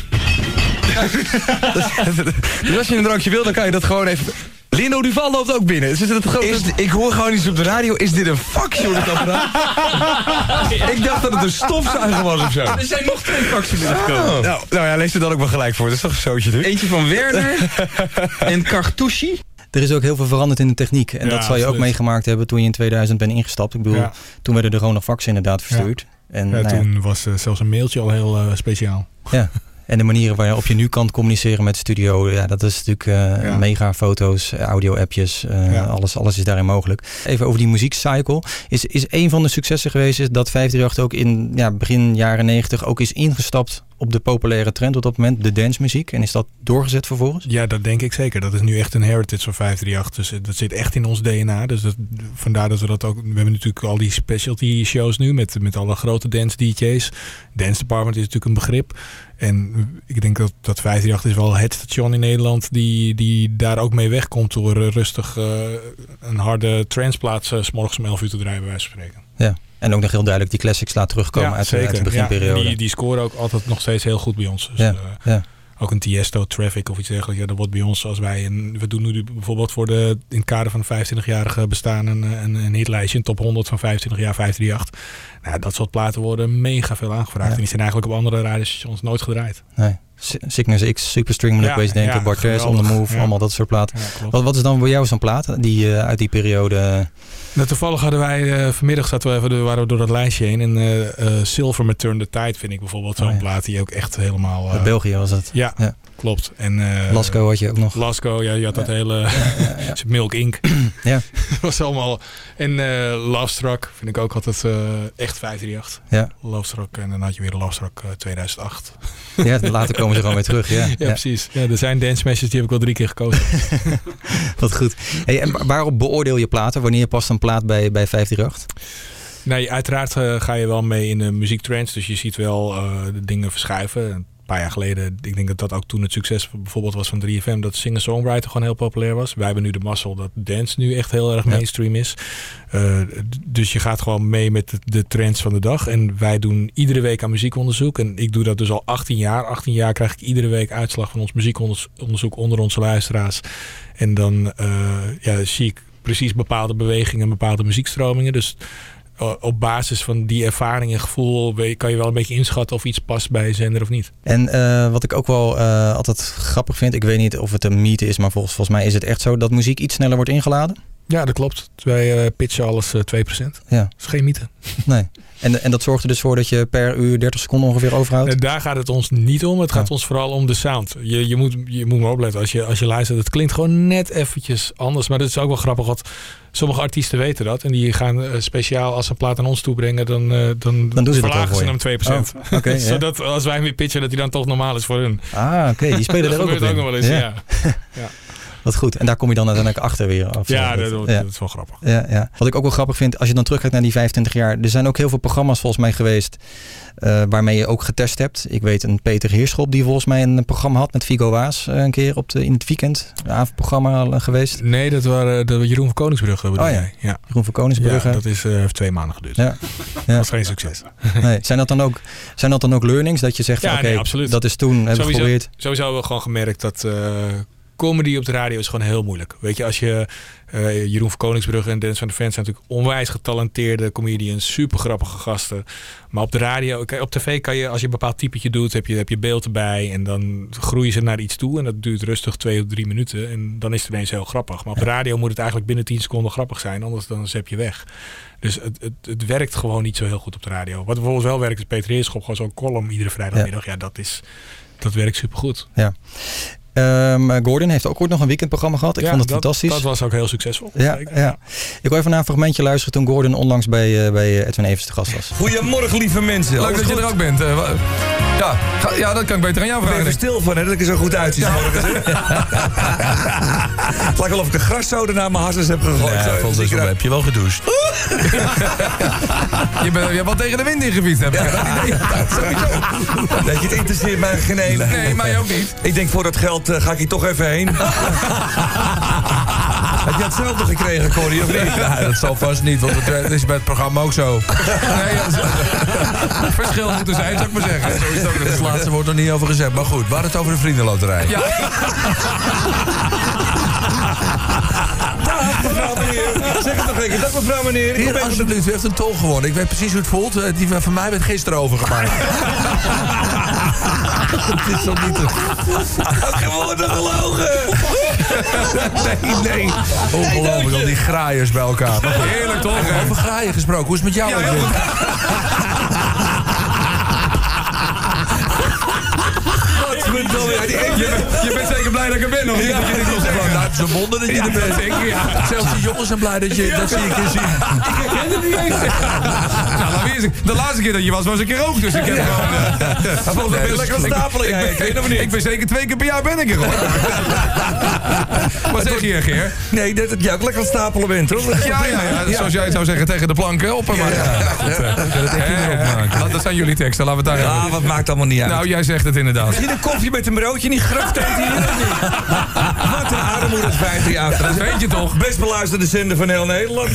als je een drankje wil, dan kan je dat gewoon even... Lino Duval loopt ook binnen. Ik hoor gewoon iets op de radio. Is dit een fax, joh, dit apparaat? Ik dacht dat het een stofzuiger was of zo. Er zijn nog 2 faxen binnengekomen. Nou ja, lees er dan ook wel gelijk voor. Dat is toch een zootje, natuurlijk. Eentje van Werner en Cartouche. Er is ook heel veel veranderd in de techniek. En dat zal je ook meegemaakt hebben toen je in 2000 bent ingestapt. Ik bedoel, toen werden er gewoon nog faxen inderdaad verstuurd. Ja. En, toen was zelfs een mailtje al heel speciaal. Ja. En de manieren waarop je nu kan communiceren met de studio, ja, dat is natuurlijk mega foto's, audio-appjes, alles is daarin mogelijk. Even over die muziekcycle. Is een van de successen geweest is dat 538 ook in begin jaren 90 ook is ingestapt op de populaire trend op dat moment, de dancemuziek. En is dat doorgezet vervolgens? Ja, dat denk ik zeker. Dat is nu echt een heritage van 538. Dus dat zit echt in ons DNA. Dus vandaar dat we dat ook... We hebben natuurlijk al die specialty shows nu met alle grote dance DJ's. Dance Department is natuurlijk een begrip. En ik denk dat 538 is wel het station in Nederland die daar ook mee wegkomt door rustig een harde tranceplaats 's morgens om 11 uur te draaien, bij wijze van spreken. Ja. En ook nog heel duidelijk die classics laten terugkomen uit de beginperiode. Ja, die scoren ook altijd nog steeds heel goed bij ons. Dus, ook een Tiesto, Traffic of iets dergelijks. Ja, dat wordt bij ons als wij... we doen nu bijvoorbeeld in het kader van een 25-jarige bestaan een hitlijstje. Een top 100 van 25 jaar 538. Nou, dat soort platen worden mega veel aangevraagd. En die zijn eigenlijk op andere radiostations nooit gedraaid. Nee. Cygnus X, Superstring, moet ik eens denken. Barthes, On The Move, allemaal dat soort platen. Ja, wat is dan bij jou zo'n plaat die uit die periode... Nou, toevallig hadden wij vanmiddag waren we door dat lijstje heen. En Silver met Turn the Tide vind ik bijvoorbeeld zo'n plaat die ook echt helemaal... Uit België was dat. Ja, klopt. En, Lasco had je ook nog. Lasco, ja, je had dat hele... Milk Inc. Ja. was allemaal... En Love Struck vind ik ook altijd echt 538. Ja. Love Struck. En dan had je weer Love Struck 2008. Ja, later komen ze gewoon weer terug. Ja, precies. Ja, er zijn dance smashes die heb ik al 3 keer gekozen. Wat goed. Hey, en waarop beoordeel je platen? Wanneer past een plaat bij 538? Nee, uiteraard ga je wel mee in de muziektrends. Dus je ziet wel de dingen verschuiven. Een paar jaar geleden, ik denk dat ook toen het succes bijvoorbeeld was van 3FM, dat singer-songwriter gewoon heel populair was. Wij hebben nu de mazzel dat dance nu echt heel erg mainstream is. Dus je gaat gewoon mee met de trends van de dag. En wij doen iedere week aan muziekonderzoek. En ik doe dat dus al 18 jaar. 18 jaar krijg ik iedere week uitslag van ons muziekonderzoek onder onze luisteraars. En dan zie ik precies bepaalde bewegingen en bepaalde muziekstromingen. Dus op basis van die ervaring en gevoel kan je wel een beetje inschatten of iets past bij een zender of niet. En wat ik ook wel altijd grappig vind, ik weet niet of het een mythe is, maar volgens mij is het echt zo dat muziek iets sneller wordt ingeladen? Ja, dat klopt. Wij pitchen alles 2%. Ja. Dat is geen mythe. Nee. En dat zorgt er dus voor dat je per uur 30 seconden ongeveer overhoudt? Daar gaat het ons niet om. Het gaat ons vooral om de sound. Je moet maar opletten. Als je luistert, het klinkt gewoon net eventjes anders. Maar dat is ook wel grappig, want sommige artiesten weten dat. En die gaan speciaal, als ze een plaat aan ons toebrengen, dan verlagen ze hem 2%. Okay, zodat als wij hem weer pitchen, dat hij dan toch normaal is voor hun. Ah, oké. Die spelen daar ook op in. Dat gebeurt ook nog wel eens, ja. Wat goed. En daar kom je dan uiteindelijk achter weer. Dat is wel grappig. Ja. Wat ik ook wel grappig vind, als je dan terugkijkt naar die 25 jaar. Er zijn ook heel veel programma's volgens mij geweest waarmee je ook getest hebt. Ik weet een Peter Heerschop die volgens mij een programma had met Viggo Waas een keer in het weekend. Een avondprogramma geweest. Nee, dat was Jeroen van Koningsbrugge. Ja. Jeroen van Koningsbrugge. Ja, dat heeft 2 maanden geduurd. Ja. Dat was geen succes. Nee. Zijn dat dan ook learnings? Dat je zegt, nee, absoluut. Dat is toen, hebben we geprobeerd. Sowieso hebben we gewoon gemerkt dat comedy op de radio is gewoon heel moeilijk. Weet je, als je Jeroen van Koningsbrugge en Dennis van de Ven zijn natuurlijk onwijs getalenteerde comedians, super grappige gasten. Maar op de radio, op tv kan je, als je een bepaald typetje doet, heb je beeld erbij en dan groeien ze naar iets toe en dat duurt rustig 2 of 3 minuten en dan is het ineens heel grappig. Maar op de radio moet het eigenlijk binnen 10 seconden grappig zijn, anders dan zep je weg. Dus het werkt gewoon niet zo heel goed op de radio. Wat bijvoorbeeld wel werkt is Peter Heerschop, gewoon zo'n column iedere vrijdagmiddag. Ja, dat werkt supergoed. Ja. Gordon heeft ook ooit nog een weekendprogramma gehad. Ik vond het fantastisch. Dat was ook heel succesvol. Ja. Ik wil even naar een fragmentje luisteren toen Gordon onlangs bij Edwin Evers te gast was. Goedemorgen, lieve mensen. Leuk dat je er ook bent. Dat kan ik beter aan jou vragen. Ik ben er stil van, hè, dat ik er zo goed uitzie. Het lijkt wel of ik de graszoden naar mijn harses heb gegooid. Ja, volgens mij heb je wel gedoucht. Je hebt wel tegen de wind ingefietst. Dat je het interesseert mij geen ene. Nee, mij ook niet. Ik denk voor dat geld ga ik hier toch even heen. Heb je hetzelfde gekregen, Corrie, of niet? Nee, dat zal vast niet, want het is bij het programma ook zo. Verschil moet er zijn, zou ik maar zeggen. Zo is het ook. Het laatste wordt nog niet over gezegd. Maar goed, we hadden het over de vriendenloterij. Ja. Dag, mevrouw meneer. Zeg het nog een keer. Dag, mevrouw meneer. Hier, alsjeblieft, u heeft een tol gewonnen. Ik weet precies hoe het voelt. Die van mij werd gisteren overgemaakt. Het is toch niet te... Gewoon te gelogen. Nee. Ongelooflijk, al die graaiers bij elkaar. Heerlijk toch? Over graaien gesproken. Hoe is het met jou? Je bent zeker blij dat ik er ben, of niet? Het is een wonder dat je er bent. Ja. Zelfs die jongens zijn blij dat je dat zie ik zien. Ik herken het niet eens. Nou, laten we eerst, de laatste keer dat je was ik er ook. Dus ik heb gewoon... Lekker stapelen jij. Ik weet nog niet. Ik ben zeker 2 keer per jaar ben ik er gewoon. Wat zeg je, Geer? Nee, dat jij ook lekker aan het stapelen bent, hoor. Ja, zoals jij het zou zeggen, tegen de planken helpen. Maar dat zijn jullie teksten, laten we het daar hebben. Wat maakt allemaal niet uit. Nou, jij zegt het inderdaad. Misschien een koffie met een broodje, niet gruft eten hier of niet? Wat een armoede het 538. Dat weet je toch? Best beluisterde zender van heel Nederland.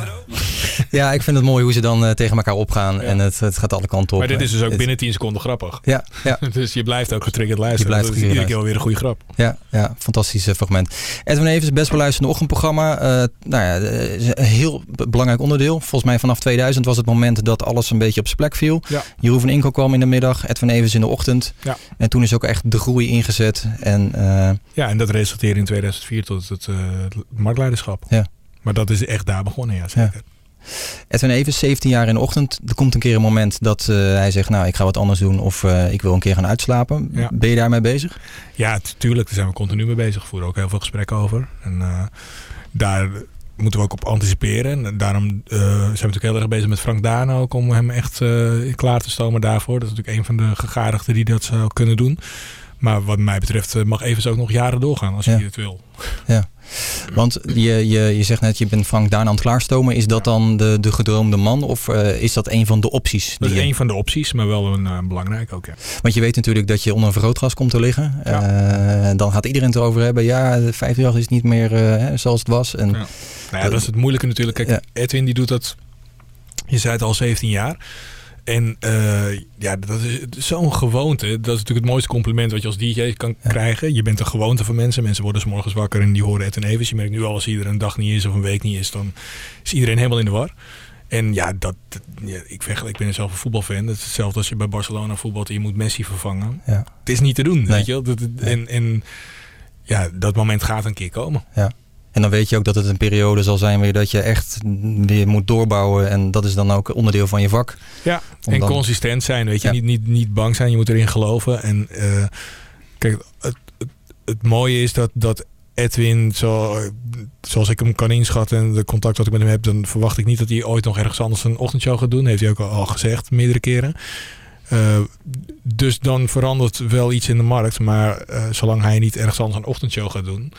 Ja, ik vind het mooi hoe ze dan tegen elkaar opgaan. En het gaat alle kanten op. Maar dit is dus ook binnen 10 seconden grappig. Ja. Dus je blijft ook getriggerd luisteren. Dat is iedere keer wel weer een goede grap. Ja, fantastisch fragment. Edwin Evers, best beluisterde ochtendprogramma. Een heel belangrijk onderdeel. Volgens mij vanaf 2000 was het moment dat alles een beetje op zijn plek viel. Ja. Jeroen van Inkel kwam in de middag, Edwin Evers in de ochtend. Ja. En toen is ook echt de groei ingezet. En dat resulteerde in 2004 tot het marktleiderschap. Ja. Maar dat is echt daar begonnen, ja, zeker. Ja. Edwin Evers, 17 jaar in de ochtend. Er komt een keer een moment dat hij zegt, nou, ik ga wat anders doen of ik wil een keer gaan uitslapen. Ja. Ben je daarmee bezig? Ja, tuurlijk. Daar zijn we continu mee bezig. We voeren ook heel veel gesprekken over. En daar moeten we ook op anticiperen. En daarom zijn we natuurlijk heel erg bezig met Frank Daan ook om hem echt klaar te stomen daarvoor. Dat is natuurlijk een van de gegadigden die dat zou kunnen doen. Maar wat mij betreft mag Evers ook nog jaren doorgaan als hij het wil. Ja. Want je zegt net, je bent Frank Daan aan het klaarstomen. Is dat dan de gedroomde man? Of is dat een van de opties? Dat is een van de opties, maar wel een belangrijk ook. Ja. Want je weet natuurlijk dat je onder een vergrootglas komt te liggen. Ja. Dan gaat iedereen het erover hebben. Ja, de 538 is niet meer zoals het was. En Nou ja, dat is het moeilijke natuurlijk. Kijk, Edwin die doet dat, je zei het al, 17 jaar. En dat is zo'n gewoonte. Dat is natuurlijk het mooiste compliment wat je als DJ kan krijgen. Je bent een gewoonte van mensen. Mensen worden 's morgens wakker en die horen Edwin Evers. Je merkt nu al, als ieder een dag niet is of een week niet is, dan is iedereen helemaal in de war. En ik ben zelf een voetbalfan. Het is hetzelfde als je bij Barcelona voetbalt en je moet Messi vervangen. Ja. Het is niet te doen, weet je wel. Dat moment gaat een keer komen. Ja. En dan weet je ook dat het een periode zal zijn weer dat je echt weer moet doorbouwen. En dat is dan ook onderdeel van je vak. Ja, en consistent zijn. Weet je, niet bang zijn. Je moet erin geloven. En kijk, het mooie is dat Edwin, zoals ik hem kan inschatten en de contact dat ik met hem heb, dan verwacht ik niet dat hij ooit nog ergens anders een ochtendshow gaat doen. Heeft hij ook al gezegd, meerdere keren. Dus dan verandert wel iets in de markt. Maar zolang hij niet ergens anders een ochtendshow gaat doen,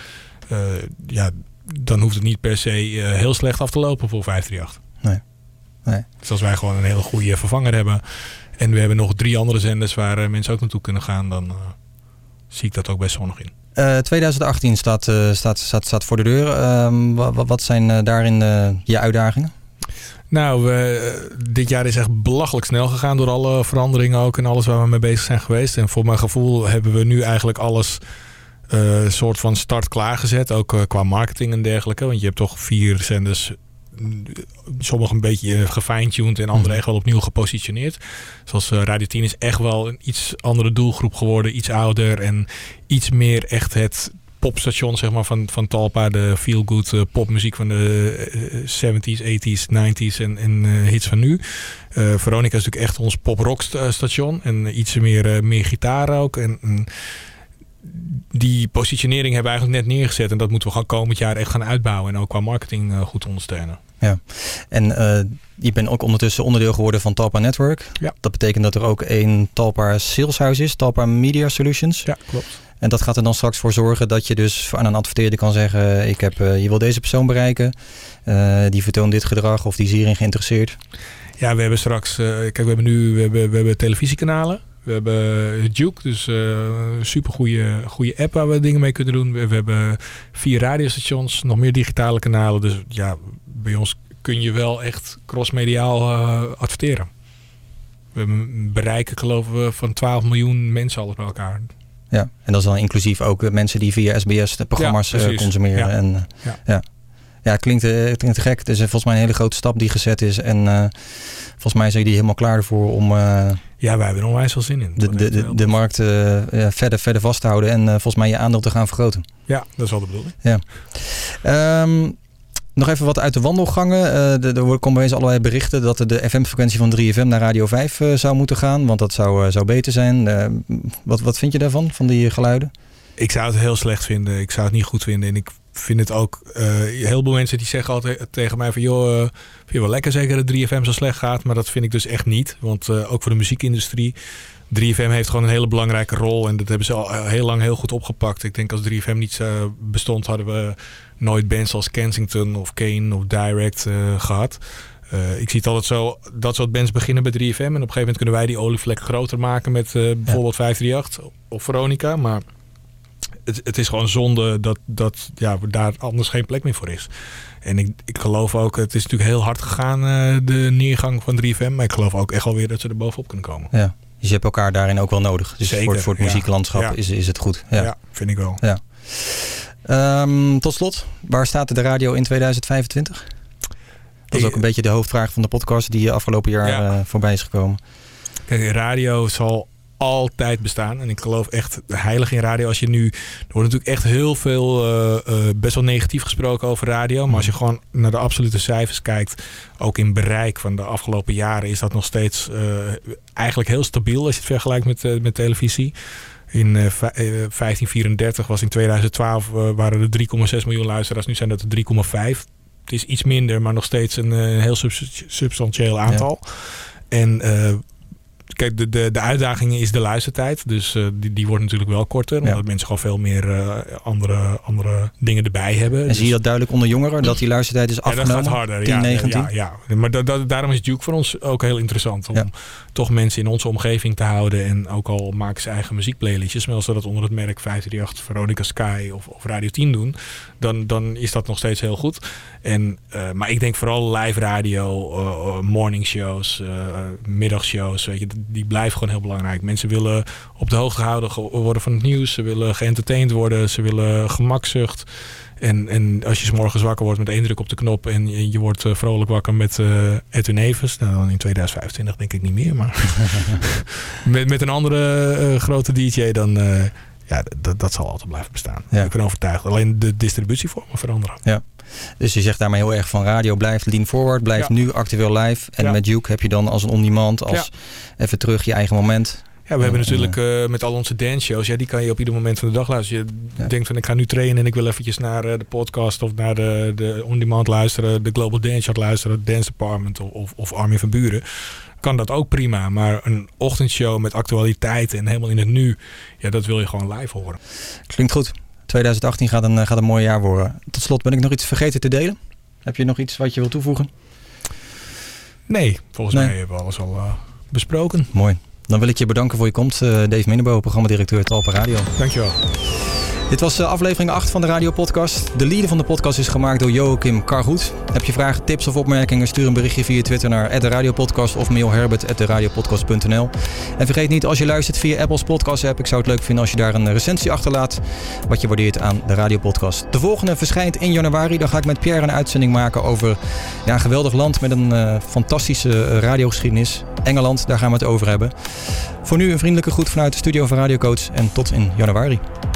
dan hoeft het niet per se heel slecht af te lopen voor 538. Nee. Dus als wij gewoon een hele goede vervanger hebben en we hebben nog 3 andere zenders waar mensen ook naartoe kunnen gaan, dan zie ik dat ook best zonnig in. 2018 staat voor de deur. Wat zijn daarin je uitdagingen? Nou, dit jaar is echt belachelijk snel gegaan door alle veranderingen ook en alles waar we mee bezig zijn geweest. En voor mijn gevoel hebben we nu eigenlijk alles soort van start klaargezet. Ook qua marketing en dergelijke. Want je hebt toch 4 zenders. Sommige een beetje gefine-tuned en andere echt wel opnieuw gepositioneerd. Zoals Radio 10 is echt wel een iets andere doelgroep geworden. Iets ouder en iets meer echt het popstation zeg maar, van Talpa. De feel-good popmuziek van de 70s, 80s, 90s en hits van nu. Veronica is natuurlijk echt ons pop-rock station. En iets meer gitaar ook. En die positionering hebben we eigenlijk net neergezet. En dat moeten we gewoon komend jaar echt gaan uitbouwen. En ook qua marketing goed ondersteunen. Ja, en je bent ook ondertussen onderdeel geworden van Talpa Network. Ja. Dat betekent dat er ook een Talpa saleshuis is. Talpa Media Solutions. Ja, klopt. En dat gaat er dan straks voor zorgen dat je dus aan een adverteerder kan zeggen, je wil deze persoon bereiken. Die vertoont dit gedrag of die is hierin geïnteresseerd. Ja, we hebben straks, we hebben televisiekanalen. We hebben Duke, dus een super goede app waar we dingen mee kunnen doen. We hebben 4 radiostations, nog meer digitale kanalen. Dus ja, bij ons kun je wel echt crossmediaal adverteren. We hebben bereiken, geloven we, van 12 miljoen mensen alles bij elkaar. Ja, en dat is dan inclusief ook mensen die via SBS de programma's consumeren. Ja. En, ja, het klinkt gek. Het is volgens mij een hele grote stap die gezet is. En volgens mij zijn jullie helemaal klaar ervoor om wij hebben er onwijs veel zin in. De markt verder vast te houden en volgens mij je aandeel te gaan vergroten. Ja, dat is wel de bedoeling. Ja. Nog even wat uit de wandelgangen. Er komen eens allerlei berichten dat de FM-frequentie van 3FM naar Radio 5 zou moeten gaan. Want dat zou beter zijn. Wat vind je daarvan, van die geluiden? Ik zou het heel slecht vinden. Ik zou het niet goed vinden. En ik vind het ook... heel veel mensen die zeggen altijd tegen mij van... joh, vind je wel lekker zeker dat 3FM zo slecht gaat? Maar dat vind ik dus echt niet. Want ook voor de muziekindustrie... 3FM heeft gewoon een hele belangrijke rol. En dat hebben ze al heel lang heel goed opgepakt. Ik denk als 3FM niet bestond... hadden we nooit bands als Kensington of Kane of Direct gehad. Ik zie het altijd zo... dat soort bands beginnen bij 3FM... en op een gegeven moment kunnen wij die olievlek groter maken... met bijvoorbeeld 538 of Veronica. Maar... Het is gewoon zonde dat daar anders geen plek meer voor is. En ik geloof ook, het is natuurlijk heel hard gegaan, de neergang van 3FM. Maar ik geloof ook echt alweer dat ze er bovenop kunnen komen. Ja, dus je hebt elkaar daarin ook wel nodig. Dus zeker, voor het muzieklandschap is het goed. Ja, vind ik wel. Ja. Tot slot, waar staat de radio in 2025? Dat is ook een beetje de hoofdvraag van de podcast die afgelopen jaar voorbij is gekomen. Kijk, radio zal altijd bestaan. En ik geloof echt heilig in radio. Er wordt natuurlijk echt heel veel best wel negatief gesproken over radio. Maar als je gewoon naar de absolute cijfers kijkt, ook in bereik van de afgelopen jaren, is dat nog steeds eigenlijk heel stabiel als je het vergelijkt met televisie. In 1534 was in 2012 waren er 3,6 miljoen luisteraars. Nu zijn dat er 3,5. Het is iets minder, maar nog steeds een heel substantieel aantal. Ja. En kijk, de uitdaging is de luistertijd. Dus die wordt natuurlijk wel korter. Omdat mensen gewoon veel meer andere dingen erbij hebben. En zie je dat duidelijk onder jongeren? Dat die luistertijd is afgenomen? Dat gaat harder. 10, 19? Ja. Maar daarom is Duke voor ons ook heel interessant. Om toch mensen in onze omgeving te houden. En ook al maken ze eigen muziekplaylistjes. Maar als ze dat onder het merk 538, Veronica Sky of Radio 10 doen. Dan is dat nog steeds heel goed. Maar ik denk vooral live radio, morning shows, middagshows. Weet je, die blijven gewoon heel belangrijk. Mensen willen op de hoogte gehouden worden van het nieuws. Ze willen geëntertained worden. Ze willen gemakzucht. En als je 's morgens wakker wordt met één druk op de knop en je wordt vrolijk wakker met Edwin Evers. Nou, dan in 2025 denk ik niet meer. Maar met een andere grote DJ dan... dat zal altijd blijven bestaan. Ik ben overtuigd. Alleen de distributievormen veranderen. Ja. Dus je zegt daarmee heel erg van radio blijft lean forward. Blijft nu actueel live. En met Duke heb je dan als een on-demand. Als even terug je eigen moment. Ja, we hebben natuurlijk met al onze danceshows. Ja, die kan je op ieder moment van de dag luisteren. Je denkt van ik ga nu trainen en ik wil eventjes naar de podcast of naar de on-demand luisteren. De Global Dance Chart luisteren. Dance Department of Armin van Buuren. Kan dat ook prima. Maar een ochtendshow met actualiteit en helemaal in het nu. Ja, dat wil je gewoon live horen. Klinkt goed. 2018 gaat een mooi jaar worden. Tot slot, ben ik nog iets vergeten te delen? Heb je nog iets wat je wil toevoegen? Nee, volgens mij hebben we alles al besproken. Mooi. Dan wil ik je bedanken voor je komst. Dave Minnebo, programmadirecteur Talpa Radio. Dankjewel. Dit was aflevering 8 van de Radio Podcast. De leader van de podcast is gemaakt door Joachim Kargoed. Heb je vragen, tips of opmerkingen? Stuur een berichtje via Twitter naar @radiopodcast of mail herbert@radiopodcast.nl. En vergeet niet, als je luistert via Apple's podcast app, ik zou het leuk vinden als je daar een recensie achterlaat wat je waardeert aan de Radio Podcast. De volgende verschijnt in januari. Dan ga ik met Pierre een uitzending maken over een geweldig land met een fantastische radiogeschiedenis. Engeland, daar gaan we het over hebben. Voor nu een vriendelijke groet vanuit de studio van Radio Coach en tot in januari.